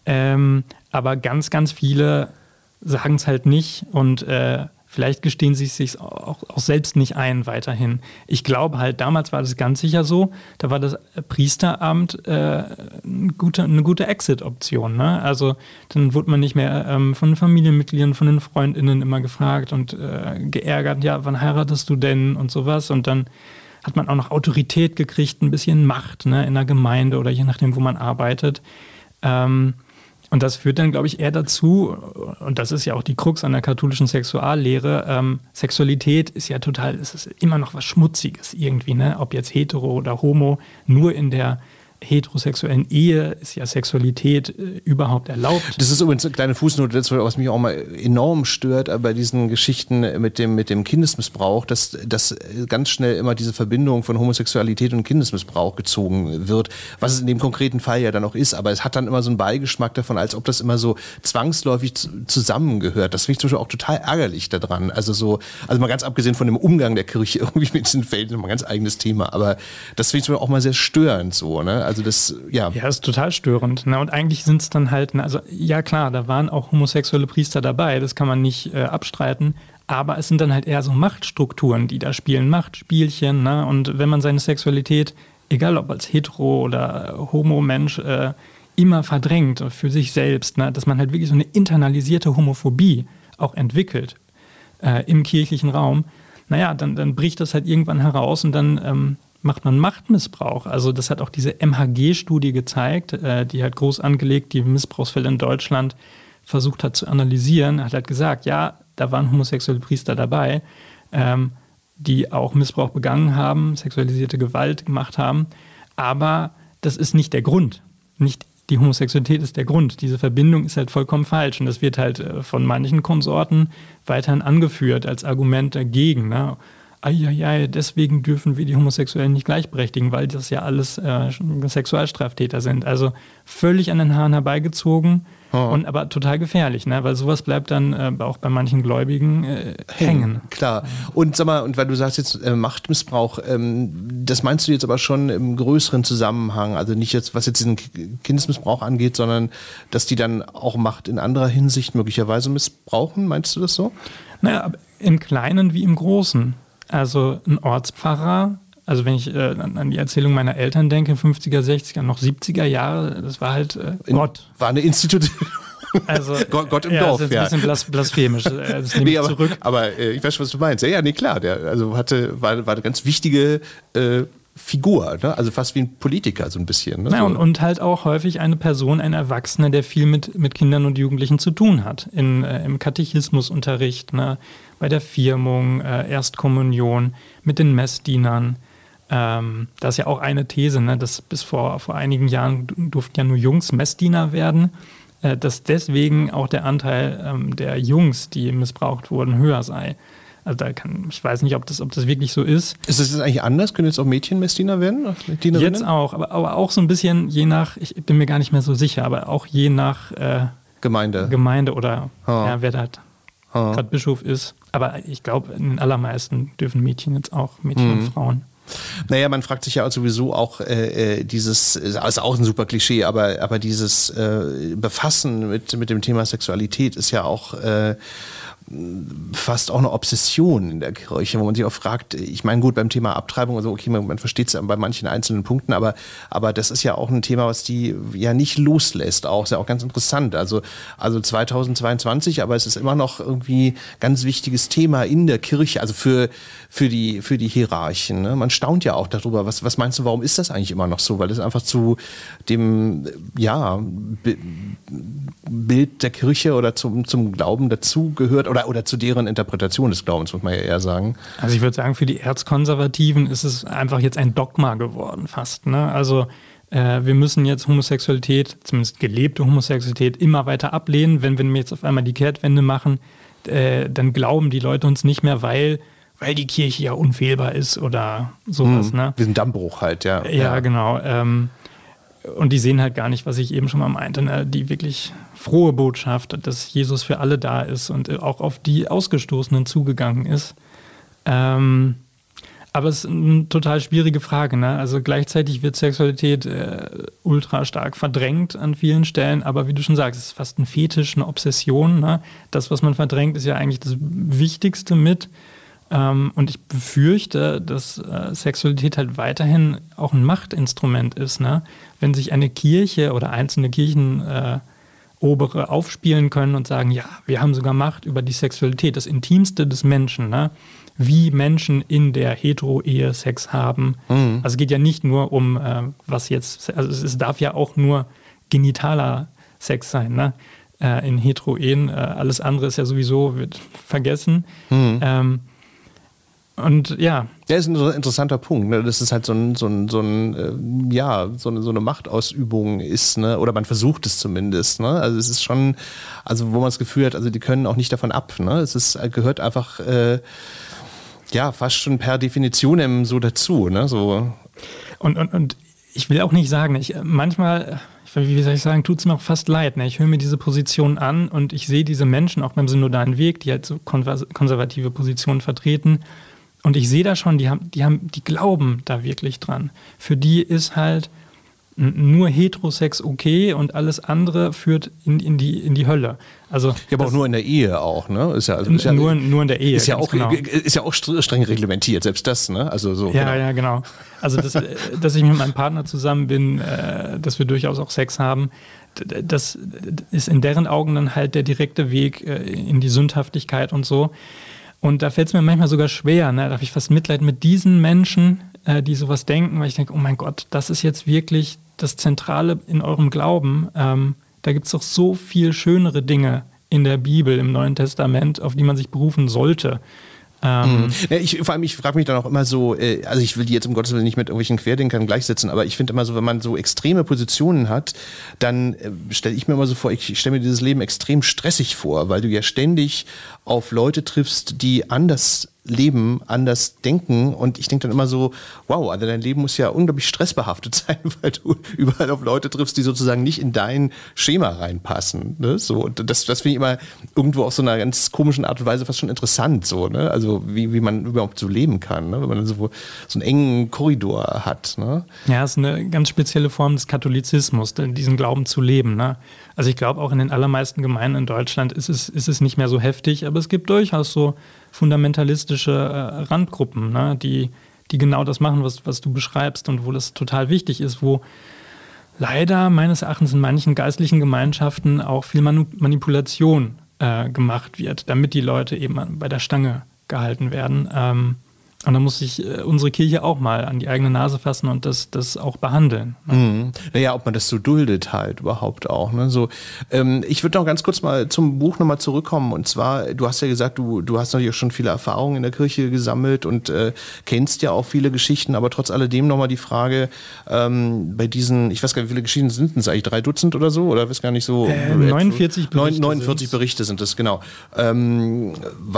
Speaker 4: Aber ganz, ganz viele sagen es halt nicht und vielleicht gestehen sie es sich auch selbst nicht ein weiterhin. Ich glaube halt, damals war das ganz sicher so, da war das Priesteramt eine gute Exit-Option. Ne? Also dann wurde man nicht mehr von den Familienmitgliedern, von den FreundInnen immer gefragt und geärgert, ja, wann heiratest du denn und sowas und dann hat man auch noch Autorität gekriegt, ein bisschen Macht, ne, in der Gemeinde oder je nachdem, wo man arbeitet. Und das führt dann, glaube ich, eher dazu, und das ist ja auch die Krux an der katholischen Sexuallehre, Sexualität ist ja total, es ist immer noch was Schmutziges irgendwie, ne? Ob jetzt hetero oder homo, nur in der heterosexuellen Ehe ist ja Sexualität überhaupt erlaubt.
Speaker 3: Das ist übrigens eine kleine Fußnote, was mich auch mal enorm stört bei diesen Geschichten mit dem Kindesmissbrauch, dass ganz schnell immer diese Verbindung von Homosexualität und Kindesmissbrauch gezogen wird, was es in dem konkreten Fall ja dann auch ist, aber es hat dann immer so einen Beigeschmack davon, als ob das immer so zwangsläufig zusammengehört. Das finde ich zum Beispiel auch total ärgerlich daran. Also mal ganz abgesehen von dem Umgang der Kirche irgendwie mit diesen Fällen, nochmal ein ganz eigenes Thema, aber das finde ich zum Beispiel auch mal sehr störend so, ne? Also das, ja.
Speaker 4: Ja, ist total störend. Na, und eigentlich sind es dann halt, also ja klar, da waren auch homosexuelle Priester dabei, das kann man nicht abstreiten, aber es sind dann halt eher so Machtstrukturen, die da spielen, Machtspielchen, ne? Und wenn man seine Sexualität, egal ob als hetero oder homo-Mensch, immer verdrängt für sich selbst, ne? Dass man halt wirklich so eine internalisierte Homophobie auch entwickelt im kirchlichen Raum, naja, dann bricht das halt irgendwann heraus und dann macht man Machtmissbrauch. Also das hat auch diese MHG-Studie gezeigt, die halt groß angelegt, die Missbrauchsfälle in Deutschland versucht hat zu analysieren. Hat halt gesagt, ja, da waren homosexuelle Priester dabei, die auch Missbrauch begangen haben, sexualisierte Gewalt gemacht haben. Aber das ist nicht der Grund. Nicht die Homosexualität ist der Grund. Diese Verbindung ist halt vollkommen falsch. Und das wird halt von manchen Konsorten weiterhin angeführt als Argument dagegen, ne? Deswegen dürfen wir die Homosexuellen nicht gleichberechtigen, weil das ja alles Sexualstraftäter sind. Also völlig an den Haaren herbeigezogen und aber total gefährlich, ne? Weil sowas bleibt dann auch bei manchen Gläubigen hängen.
Speaker 3: Klar. Und sag mal, und weil du sagst jetzt Machtmissbrauch, das meinst du jetzt aber schon im größeren Zusammenhang, also nicht jetzt, was jetzt diesen Kindesmissbrauch angeht, sondern dass die dann auch Macht in anderer Hinsicht möglicherweise missbrauchen, meinst du das so?
Speaker 4: Naja, im Kleinen wie im Großen. Also ein Ortspfarrer, also wenn ich an die Erzählung meiner Eltern denke, 50er, 60er, noch 70er Jahre, das war halt Gott.
Speaker 3: War eine Institution.
Speaker 4: Also,
Speaker 3: Gott im Dorf,
Speaker 4: das ist ein bisschen blasphemisch. Das nehme ich zurück.
Speaker 3: Aber ich weiß schon, was du meinst. Ja, nee, klar. Der war eine ganz wichtige Figur, ne? Also fast wie ein Politiker so ein bisschen. Ne?
Speaker 4: Ja, und halt auch häufig eine Person, ein Erwachsener, der viel mit Kindern und Jugendlichen zu tun hat. Im Katechismusunterricht, ne? Bei der Firmung, Erstkommunion, mit den Messdienern. Das ist ja auch eine These, ne? Dass bis vor einigen Jahren durften ja nur Jungs Messdiener werden, dass deswegen auch der Anteil der Jungs, die missbraucht wurden, höher sei. Also ich weiß nicht, ob das wirklich so ist.
Speaker 3: Ist das jetzt eigentlich anders? Können jetzt auch Mädchen Messdiener werden?
Speaker 4: Jetzt auch, aber auch so ein bisschen je nach, ich bin mir gar nicht mehr so sicher, aber auch je nach Gemeinde oder wer da gerade Bischof ist. Aber ich glaube, in den allermeisten dürfen Mädchen jetzt auch, Mädchen und Frauen.
Speaker 3: Naja, man fragt sich ja sowieso auch dieses, ist auch ein super Klischee, aber dieses Befassen mit dem Thema Sexualität ist ja auch fast auch eine Obsession in der Kirche, wo man sich auch fragt, ich meine, gut, beim Thema Abtreibung, also okay, man versteht es ja bei manchen einzelnen Punkten, aber das ist ja auch ein Thema, was die ja nicht loslässt, auch, ist ja auch ganz interessant, also 2022, aber es ist immer noch irgendwie ganz wichtiges Thema in der Kirche, also für die Hierarchen, ne? Man staunt ja auch darüber, was meinst du, warum ist das eigentlich immer noch so, weil das einfach zu dem, Bild der Kirche oder zum Glauben dazu gehört oder zu deren Interpretation des Glaubens, muss man ja eher sagen.
Speaker 4: Also ich würde sagen, für die Erzkonservativen ist es einfach jetzt ein Dogma geworden fast. Ne? Also wir müssen jetzt Homosexualität, zumindest gelebte Homosexualität, immer weiter ablehnen. Wenn wir jetzt auf einmal die Kehrtwende machen, dann glauben die Leute uns nicht mehr, weil die Kirche ja unfehlbar ist oder sowas. Ne?
Speaker 3: Diesen Dammbruch halt, ja.
Speaker 4: Ja, genau. Und die sehen halt gar nicht, was ich eben schon mal meinte, ne? Die wirklich frohe Botschaft, dass Jesus für alle da ist und auch auf die Ausgestoßenen zugegangen ist. Aber es ist eine total schwierige Frage. Ne? Also gleichzeitig wird Sexualität ultra stark verdrängt an vielen Stellen, aber wie du schon sagst, es ist fast ein Fetisch, eine Obsession. Ne? Das, was man verdrängt, ist ja eigentlich das Wichtigste mit. Und ich befürchte, dass Sexualität halt weiterhin auch ein Machtinstrument ist. Ne? Wenn sich eine Kirche oder einzelne Kirchenobere aufspielen können und sagen, ja, wir haben sogar Macht über die Sexualität, das Intimste des Menschen, ne? Wie Menschen in der Hetero-Ehe Sex haben. Also es geht ja nicht nur um was jetzt, also es darf ja auch nur genitaler Sex sein, ne? In Hetero-Ehen. Alles andere ist ja sowieso, wird vergessen. Und ja.
Speaker 3: Der ist ein interessanter Punkt, ne? Das ist halt so eine Machtausübung ist, ne? Oder man versucht es zumindest, ne? Also es ist schon, also wo man das Gefühl hat, also die können auch nicht davon ab, ne? Gehört einfach, fast schon per Definition so dazu, ne? So.
Speaker 4: Und ich will auch nicht sagen, manchmal, wie soll ich sagen, tut es mir auch fast leid. Ne? Ich höre mir diese Position an und ich sehe diese Menschen auch beim synodalen Weg, die halt so konservative Positionen vertreten. Und ich sehe da schon, die glauben da wirklich dran. Für die ist halt nur Heterosex okay und alles andere führt in die Hölle. Also
Speaker 3: ja, aber auch nur in der Ehe auch, ne?
Speaker 4: Nur in der Ehe.
Speaker 3: Ist ja auch streng reglementiert, selbst das, ne? Also so.
Speaker 4: Ja, genau. Ja, genau. Also dass ich mit meinem Partner zusammen bin, dass wir durchaus auch Sex haben, das ist in deren Augen dann halt der direkte Weg in die Sündhaftigkeit und so. Und da fällt es mir manchmal sogar schwer, ne? Da habe ich fast Mitleid mit diesen Menschen, die sowas denken, weil ich denke, oh mein Gott, das ist jetzt wirklich das Zentrale in eurem Glauben. Da gibt es doch so viel schönere Dinge in der Bibel, im Neuen Testament, auf die man sich berufen sollte.
Speaker 3: Ich frage mich dann auch immer so, also ich will die jetzt um Gottes Willen nicht mit irgendwelchen Querdenkern gleichsetzen, aber ich finde immer so, wenn man so extreme Positionen hat, dann stelle ich mir immer so vor, ich stelle mir dieses Leben extrem stressig vor, weil du ja ständig auf Leute triffst, die anders leben, anders denken, und ich denke dann immer so, wow, also dein Leben muss ja unglaublich stressbehaftet sein, weil du überall auf Leute triffst, die sozusagen nicht in dein Schema reinpassen, ne? So, das finde ich immer irgendwo auf so einer ganz komischen Art und Weise fast schon interessant, so, ne? Also wie man überhaupt so leben kann, ne? Wenn man so einen engen Korridor hat, ne?
Speaker 4: Ja, es ist eine ganz spezielle Form des Katholizismus, diesen Glauben zu leben, ne? Also ich glaube, auch in den allermeisten Gemeinden in Deutschland ist es nicht mehr so heftig, aber es gibt durchaus so fundamentalistische Randgruppen, ne, die genau das machen, was du beschreibst, und wo das total wichtig ist, wo leider meines Erachtens in manchen geistlichen Gemeinschaften auch viel Manipulation gemacht wird, damit die Leute eben bei der Stange gehalten werden. Und da muss sich unsere Kirche auch mal an die eigene Nase fassen und das auch behandeln. Ne?
Speaker 3: Naja, ob man das so duldet halt überhaupt auch. Ne? So, ich würde noch ganz kurz mal zum Buch nochmal zurückkommen. Und zwar, du hast ja gesagt, du hast natürlich auch schon viele Erfahrungen in der Kirche gesammelt und kennst ja auch viele Geschichten. Aber trotz alledem nochmal die Frage, bei diesen, ich weiß gar nicht, wie viele Geschichten sind es eigentlich? 3 Dutzend oder so? Oder weiß gar nicht so?
Speaker 4: 49 Berichte.
Speaker 3: 49 Berichte sind es, genau. Waren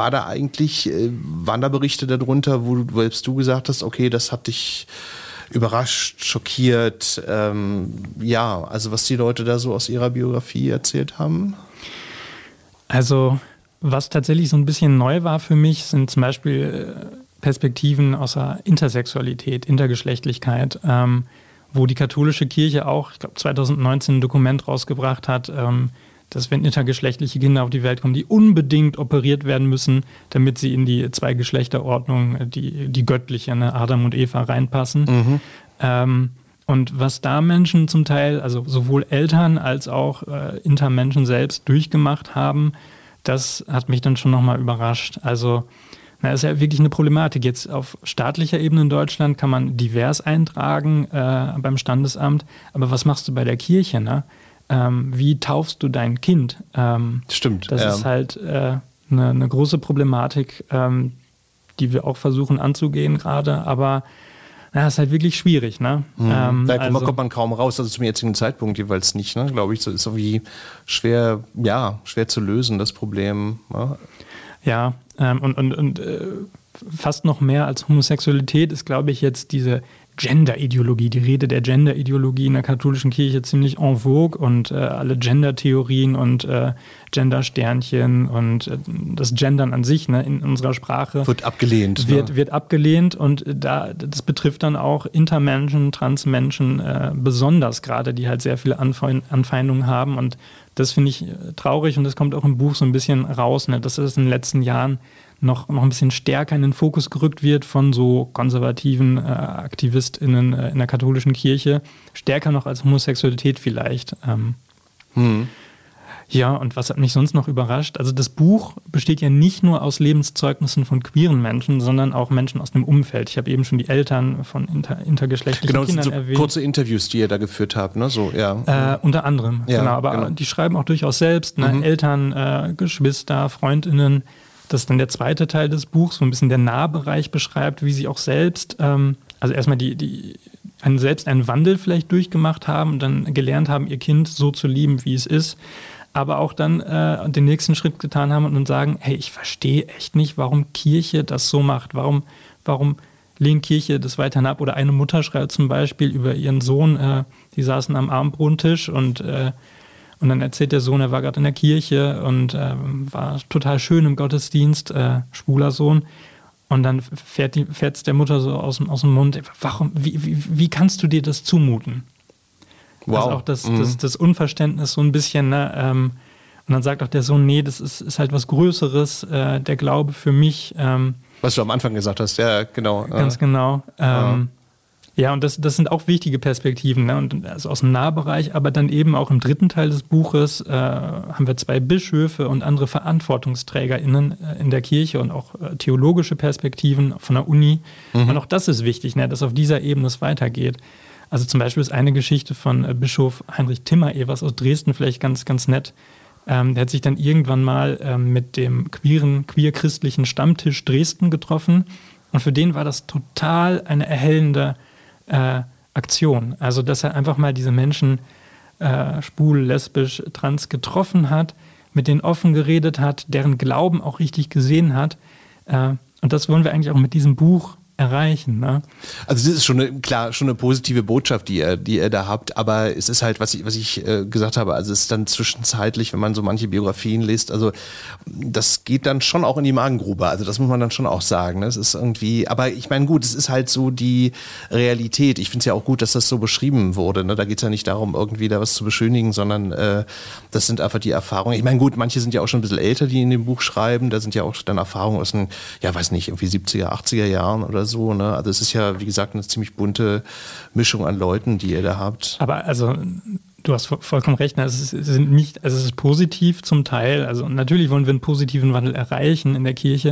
Speaker 3: da Berichte darunter, wo selbst du gesagt hast, okay, das hat dich überrascht, schockiert, also was die Leute da so aus ihrer Biografie erzählt haben?
Speaker 4: Also was tatsächlich so ein bisschen neu war für mich, sind zum Beispiel Perspektiven aus der Intersexualität, Intergeschlechtlichkeit, wo die katholische Kirche auch, ich glaube 2019 ein Dokument rausgebracht hat, dass wenn intergeschlechtliche Kinder auf die Welt kommen, die unbedingt operiert werden müssen, damit sie in die Zweigeschlechterordnung, die göttliche, ne, Adam und Eva, reinpassen. Und was da Menschen zum Teil, also sowohl Eltern als auch Intermenschen selbst durchgemacht haben, das hat mich dann schon nochmal überrascht. Also das ist ja wirklich eine Problematik. Jetzt auf staatlicher Ebene in Deutschland kann man divers eintragen beim Standesamt, aber was machst du bei der Kirche, ne? Wie taufst du dein Kind?
Speaker 3: Stimmt.
Speaker 4: Das ist halt eine große Problematik, die wir auch versuchen anzugehen gerade, aber ist halt wirklich schwierig. Ne?
Speaker 3: Da kommt man kaum raus, also zum jetzigen Zeitpunkt jeweils nicht, ne? Glaube ich. So ist irgendwie schwer zu lösen, das Problem. Ne?
Speaker 4: Ja, und fast noch mehr als Homosexualität ist, glaube ich, jetzt diese Gender-Ideologie, die Rede der Gender-Ideologie in der katholischen Kirche ziemlich en vogue und alle Gender-Theorien und Gender-Sternchen und das Gendern an sich, ne, in unserer Sprache
Speaker 3: wird abgelehnt.
Speaker 4: Wird abgelehnt und das betrifft dann auch Intermenschen, Transmenschen besonders gerade, die halt sehr viele Anfeindungen haben und das finde ich traurig und das kommt auch im Buch so ein bisschen raus, ne, dass es in den letzten Jahren noch ein bisschen stärker in den Fokus gerückt wird von so konservativen AktivistInnen in der katholischen Kirche. Stärker noch als Homosexualität vielleicht. Ja, und was hat mich sonst noch überrascht? Also das Buch besteht ja nicht nur aus Lebenszeugnissen von queeren Menschen, sondern auch Menschen aus dem Umfeld. Ich habe eben schon die Eltern von intergeschlechtlichen Kindern erwähnt. Genau,
Speaker 3: kurze Interviews, die ihr da geführt habt, ne? So, ja.
Speaker 4: Unter anderem, ja, genau. Aber die schreiben auch durchaus selbst, ne? Eltern, Geschwister, FreundInnen. Das ist dann der zweite Teil des Buchs, wo ein bisschen der Nahbereich beschreibt, wie sie auch selbst, also erstmal selbst einen Wandel vielleicht durchgemacht haben und dann gelernt haben, ihr Kind so zu lieben, wie es ist, aber auch dann den nächsten Schritt getan haben und dann sagen, hey, ich verstehe echt nicht, warum Kirche das so macht, warum lehnt Kirche das weiterhin ab? Oder eine Mutter schreibt zum Beispiel über ihren Sohn, die saßen am Abendbrottisch und dann erzählt der Sohn, er war gerade in der Kirche und war total schön im Gottesdienst, schwuler Sohn. Und dann fährt es der Mutter so aus dem Mund, wie kannst du dir das zumuten?
Speaker 3: Wow.
Speaker 4: Also auch das Unverständnis so ein bisschen. Ne? Und dann sagt auch der Sohn, nee, das ist halt was Größeres, der Glaube für mich.
Speaker 3: Was du am Anfang gesagt hast, ja, genau.
Speaker 4: Ganz genau. Ja, und das sind auch wichtige Perspektiven, ne? Und also aus dem Nahbereich, aber dann eben auch im dritten Teil des Buches haben wir 2 Bischöfe und andere VerantwortungsträgerInnen in der Kirche und auch theologische Perspektiven von der Uni. Und auch das ist wichtig, ne? Dass auf dieser Ebene es weitergeht. Also zum Beispiel ist eine Geschichte von Bischof Heinrich Timmer-Evers aus Dresden vielleicht ganz, ganz nett. Der hat sich dann irgendwann mal mit dem queer-christlichen Stammtisch Dresden getroffen. Und für den war das total eine erhellende Aktion. Also, dass er einfach mal diese Menschen schwul, lesbisch, trans getroffen hat, mit denen offen geredet hat, deren Glauben auch richtig gesehen hat. Und das wollen wir eigentlich auch mit diesem Buch erreichen. Ne?
Speaker 3: Also das ist schon eine positive Botschaft, die ihr da habt, aber es ist halt, was ich gesagt habe, also es ist dann zwischenzeitlich, wenn man so manche Biografien liest, also das geht dann schon auch in die Magengrube, also das muss man dann schon auch sagen. Ne? Es ist irgendwie, aber ich meine, gut, es ist halt so die Realität. Ich finde es ja auch gut, dass das so beschrieben wurde. Ne? Da geht es ja nicht darum, irgendwie da was zu beschönigen, sondern das sind einfach die Erfahrungen. Ich meine, gut, manche sind ja auch schon ein bisschen älter, die in dem Buch schreiben, da sind ja auch dann Erfahrungen aus den, ja weiß nicht, irgendwie 70er, 80er Jahren oder so, ne? Also es ist ja, wie gesagt, eine ziemlich bunte Mischung an Leuten, die ihr da habt.
Speaker 4: Aber also, du hast vollkommen recht, ne? Es ist positiv zum Teil, also natürlich wollen wir einen positiven Wandel erreichen in der Kirche,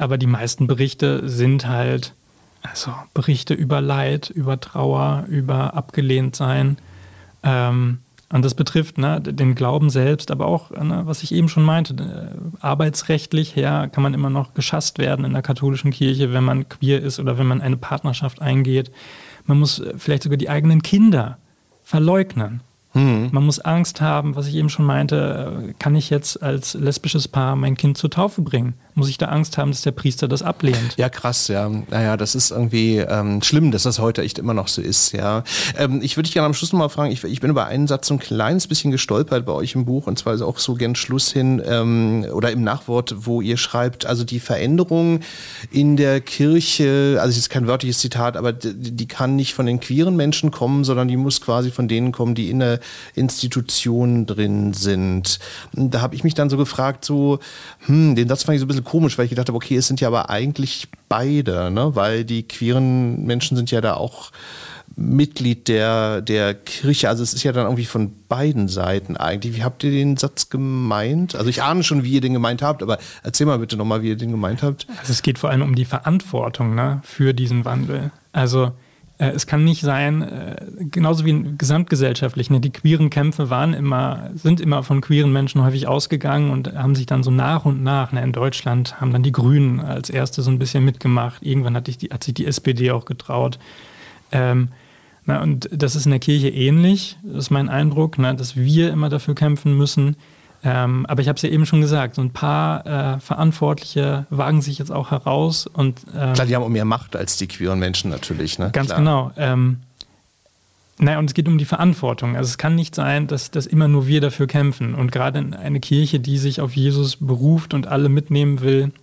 Speaker 4: aber die meisten Berichte sind halt Berichte über Leid, über Trauer, über Abgelehntsein. Und das betrifft den Glauben selbst, aber auch, was ich eben schon meinte, arbeitsrechtlich her kann man immer noch geschasst werden in der katholischen Kirche, wenn man queer ist oder wenn man eine Partnerschaft eingeht. Man muss vielleicht sogar die eigenen Kinder verleugnen. Man muss Angst haben, was ich eben schon meinte, kann ich jetzt als lesbisches Paar mein Kind zur Taufe bringen? Muss ich da Angst haben, dass der Priester das ablehnt?
Speaker 3: Ja, krass, ja. Naja, das ist irgendwie schlimm, dass das heute echt immer noch so ist, ja. Ich würde dich gerne am Schluss nochmal fragen, ich bin über einen Satz so ein kleines bisschen gestolpert bei euch im Buch, und zwar ist auch so gern Schluss hin oder im Nachwort, wo ihr schreibt, also die Veränderung in der Kirche, also es ist kein wörtliches Zitat, aber die kann nicht von den queeren Menschen kommen, sondern die muss quasi von denen kommen, die in der Institution drin sind. Da habe ich mich dann so gefragt, den Satz fand ich so ein bisschen komisch, weil ich gedacht habe, okay, es sind ja aber eigentlich beide, ne? Weil die queeren Menschen sind ja da auch Mitglied der Kirche, also es ist ja dann irgendwie von beiden Seiten eigentlich. Wie habt ihr den Satz gemeint? Also ich ahne schon, wie ihr den gemeint habt, aber erzähl mal bitte nochmal, wie ihr den gemeint habt.
Speaker 4: Also es geht vor allem um die Verantwortung, für diesen Wandel. Also es kann nicht sein, genauso wie gesamtgesellschaftlich, die queeren Kämpfe sind immer von queeren Menschen häufig ausgegangen und haben sich dann so nach und nach, in Deutschland haben dann die Grünen als erste so ein bisschen mitgemacht. Irgendwann hat sich die SPD auch getraut. Und das ist in der Kirche ähnlich, das ist mein Eindruck, dass wir immer dafür kämpfen müssen. Aber ich habe es ja eben schon gesagt, so ein paar Verantwortliche wagen sich jetzt auch heraus. Und,
Speaker 3: klar, die haben auch mehr Macht als die queeren Menschen natürlich. Ne?
Speaker 4: Ganz
Speaker 3: klar.
Speaker 4: Genau. Und es geht um die Verantwortung. Also es kann nicht sein, dass immer nur wir dafür kämpfen. Und gerade in eine Kirche, die sich auf Jesus beruft und alle mitnehmen will,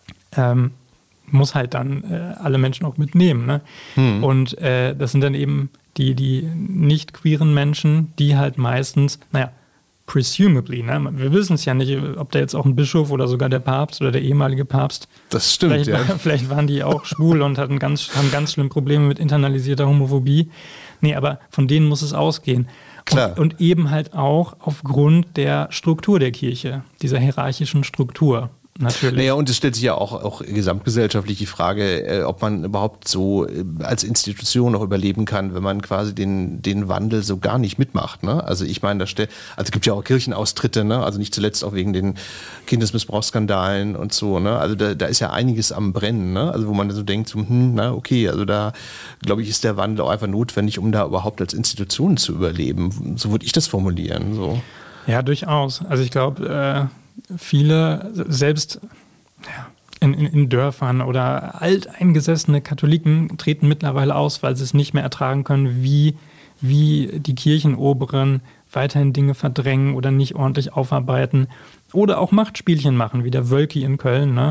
Speaker 4: muss halt dann alle Menschen auch mitnehmen. Ne? Und das sind dann eben die nicht queeren Menschen, die halt meistens, presumably, wir wissen es ja nicht, ob da jetzt auch ein Bischof oder sogar der Papst oder der ehemalige Papst.
Speaker 3: Das stimmt,
Speaker 4: vielleicht waren die auch schwul und haben ganz schlimme Probleme mit internalisierter Homophobie. Nee, aber von denen muss es ausgehen.
Speaker 3: Klar.
Speaker 4: Und eben halt auch aufgrund der Struktur der Kirche, dieser hierarchischen Struktur. Natürlich.
Speaker 3: Naja, und es stellt sich ja auch gesamtgesellschaftlich die Frage, ob man überhaupt so als Institution noch überleben kann, wenn man quasi den Wandel so gar nicht mitmacht. Ne? Also ich meine, es gibt ja auch Kirchenaustritte, ne? Also nicht zuletzt auch wegen den Kindesmissbrauchsskandalen und so. Ne? Also da ist ja einiges am Brennen, ne? Also wo man so denkt, okay, also da glaube ich, ist der Wandel auch einfach notwendig, um da überhaupt als Institution zu überleben. So würde ich das formulieren. So.
Speaker 4: Ja, durchaus. Also ich glaube, viele, selbst in Dörfern oder alteingesessene Katholiken treten mittlerweile aus, weil sie es nicht mehr ertragen können, wie die Kirchenoberen weiterhin Dinge verdrängen oder nicht ordentlich aufarbeiten oder auch Machtspielchen machen, wie der Wölki in Köln. Ne?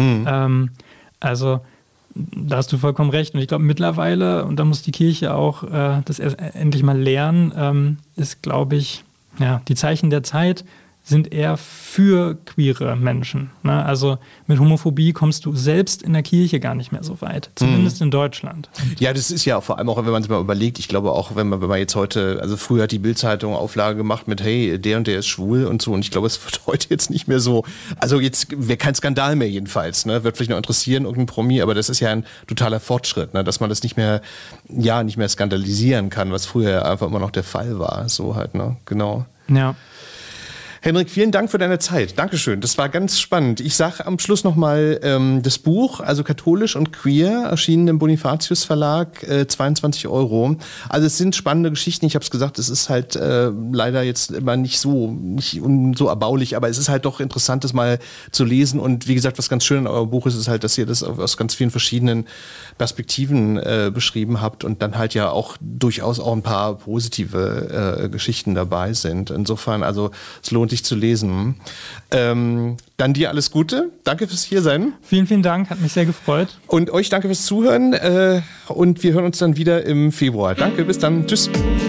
Speaker 4: Also da hast du vollkommen recht. Und ich glaube mittlerweile, und da muss die Kirche auch das endlich mal lernen, ist, glaube ich, die Zeichen der Zeit sind eher für queere Menschen. Ne? Also mit Homophobie kommst du selbst in der Kirche gar nicht mehr so weit. Zumindest in Deutschland.
Speaker 3: Ja, das ist ja vor allem auch, wenn man sich mal überlegt, ich glaube auch, wenn man jetzt heute, also früher hat die Bild-Zeitung Auflage gemacht mit, hey, der und der ist schwul und so, und ich glaube, es wird heute jetzt nicht mehr so, also jetzt wäre kein Skandal mehr jedenfalls, ne? Wird vielleicht noch interessieren, irgendein Promi, aber das ist ja ein totaler Fortschritt, ne? Dass man das nicht mehr skandalisieren kann, was früher einfach immer noch der Fall war, so halt, ne? Genau.
Speaker 4: Ja.
Speaker 3: Henrik, vielen Dank für deine Zeit. Dankeschön. Das war ganz spannend. Ich sage am Schluss nochmal das Buch, also Katholisch und Queer, erschienen im Bonifatius Verlag, 22 €. Also es sind spannende Geschichten. Ich habe es gesagt, es ist halt leider jetzt immer nicht so erbaulich, aber es ist halt doch interessant, das mal zu lesen. Und wie gesagt, was ganz schön an eurem Buch ist halt, dass ihr das aus ganz vielen verschiedenen Perspektiven beschrieben habt und dann halt ja auch durchaus auch ein paar positive Geschichten dabei sind. Insofern, also es lohnt sich zu lesen. Dann dir alles Gute. Danke fürs Hiersein.
Speaker 4: Vielen, vielen Dank. Hat mich sehr gefreut.
Speaker 3: Und euch danke fürs Zuhören. Und wir hören uns dann wieder im Februar. Danke, bis dann. Tschüss.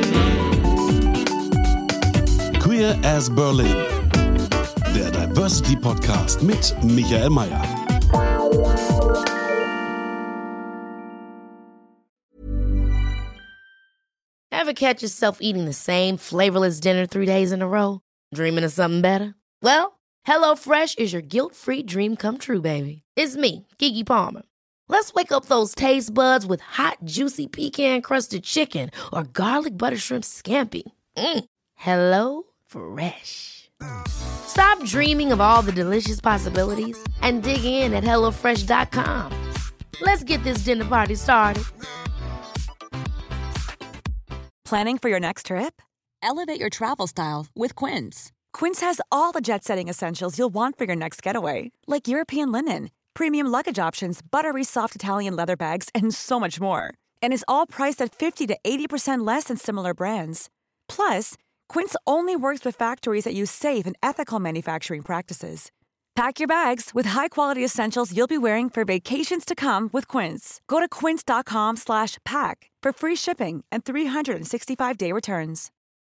Speaker 2: Queer as Berlin. Der Diversity Podcast mit Michael Mayer.
Speaker 1: Ever catch yourself eating the same flavorless dinner 3 days in a row? Dreaming of something better? Well, HelloFresh is your guilt-free dream come true, baby. It's me, Keke Palmer. Let's wake up those taste buds with hot, juicy pecan-crusted chicken or garlic butter shrimp scampi. Hello Fresh. Stop dreaming of all the delicious possibilities and dig in at HelloFresh.com. Let's get this dinner party started.
Speaker 5: Planning for your next trip? Elevate your travel style with Quince. Quince has all the jet-setting essentials you'll want for your next getaway, like European linen, premium luggage options, buttery soft Italian leather bags, and so much more. And is all priced at 50 to 80% less than similar brands. Plus, Quince only works with factories that use safe and ethical manufacturing practices. Pack your bags with high-quality essentials you'll be wearing for vacations to come with Quince. Go to quince.com/pack for free shipping and 365-day returns.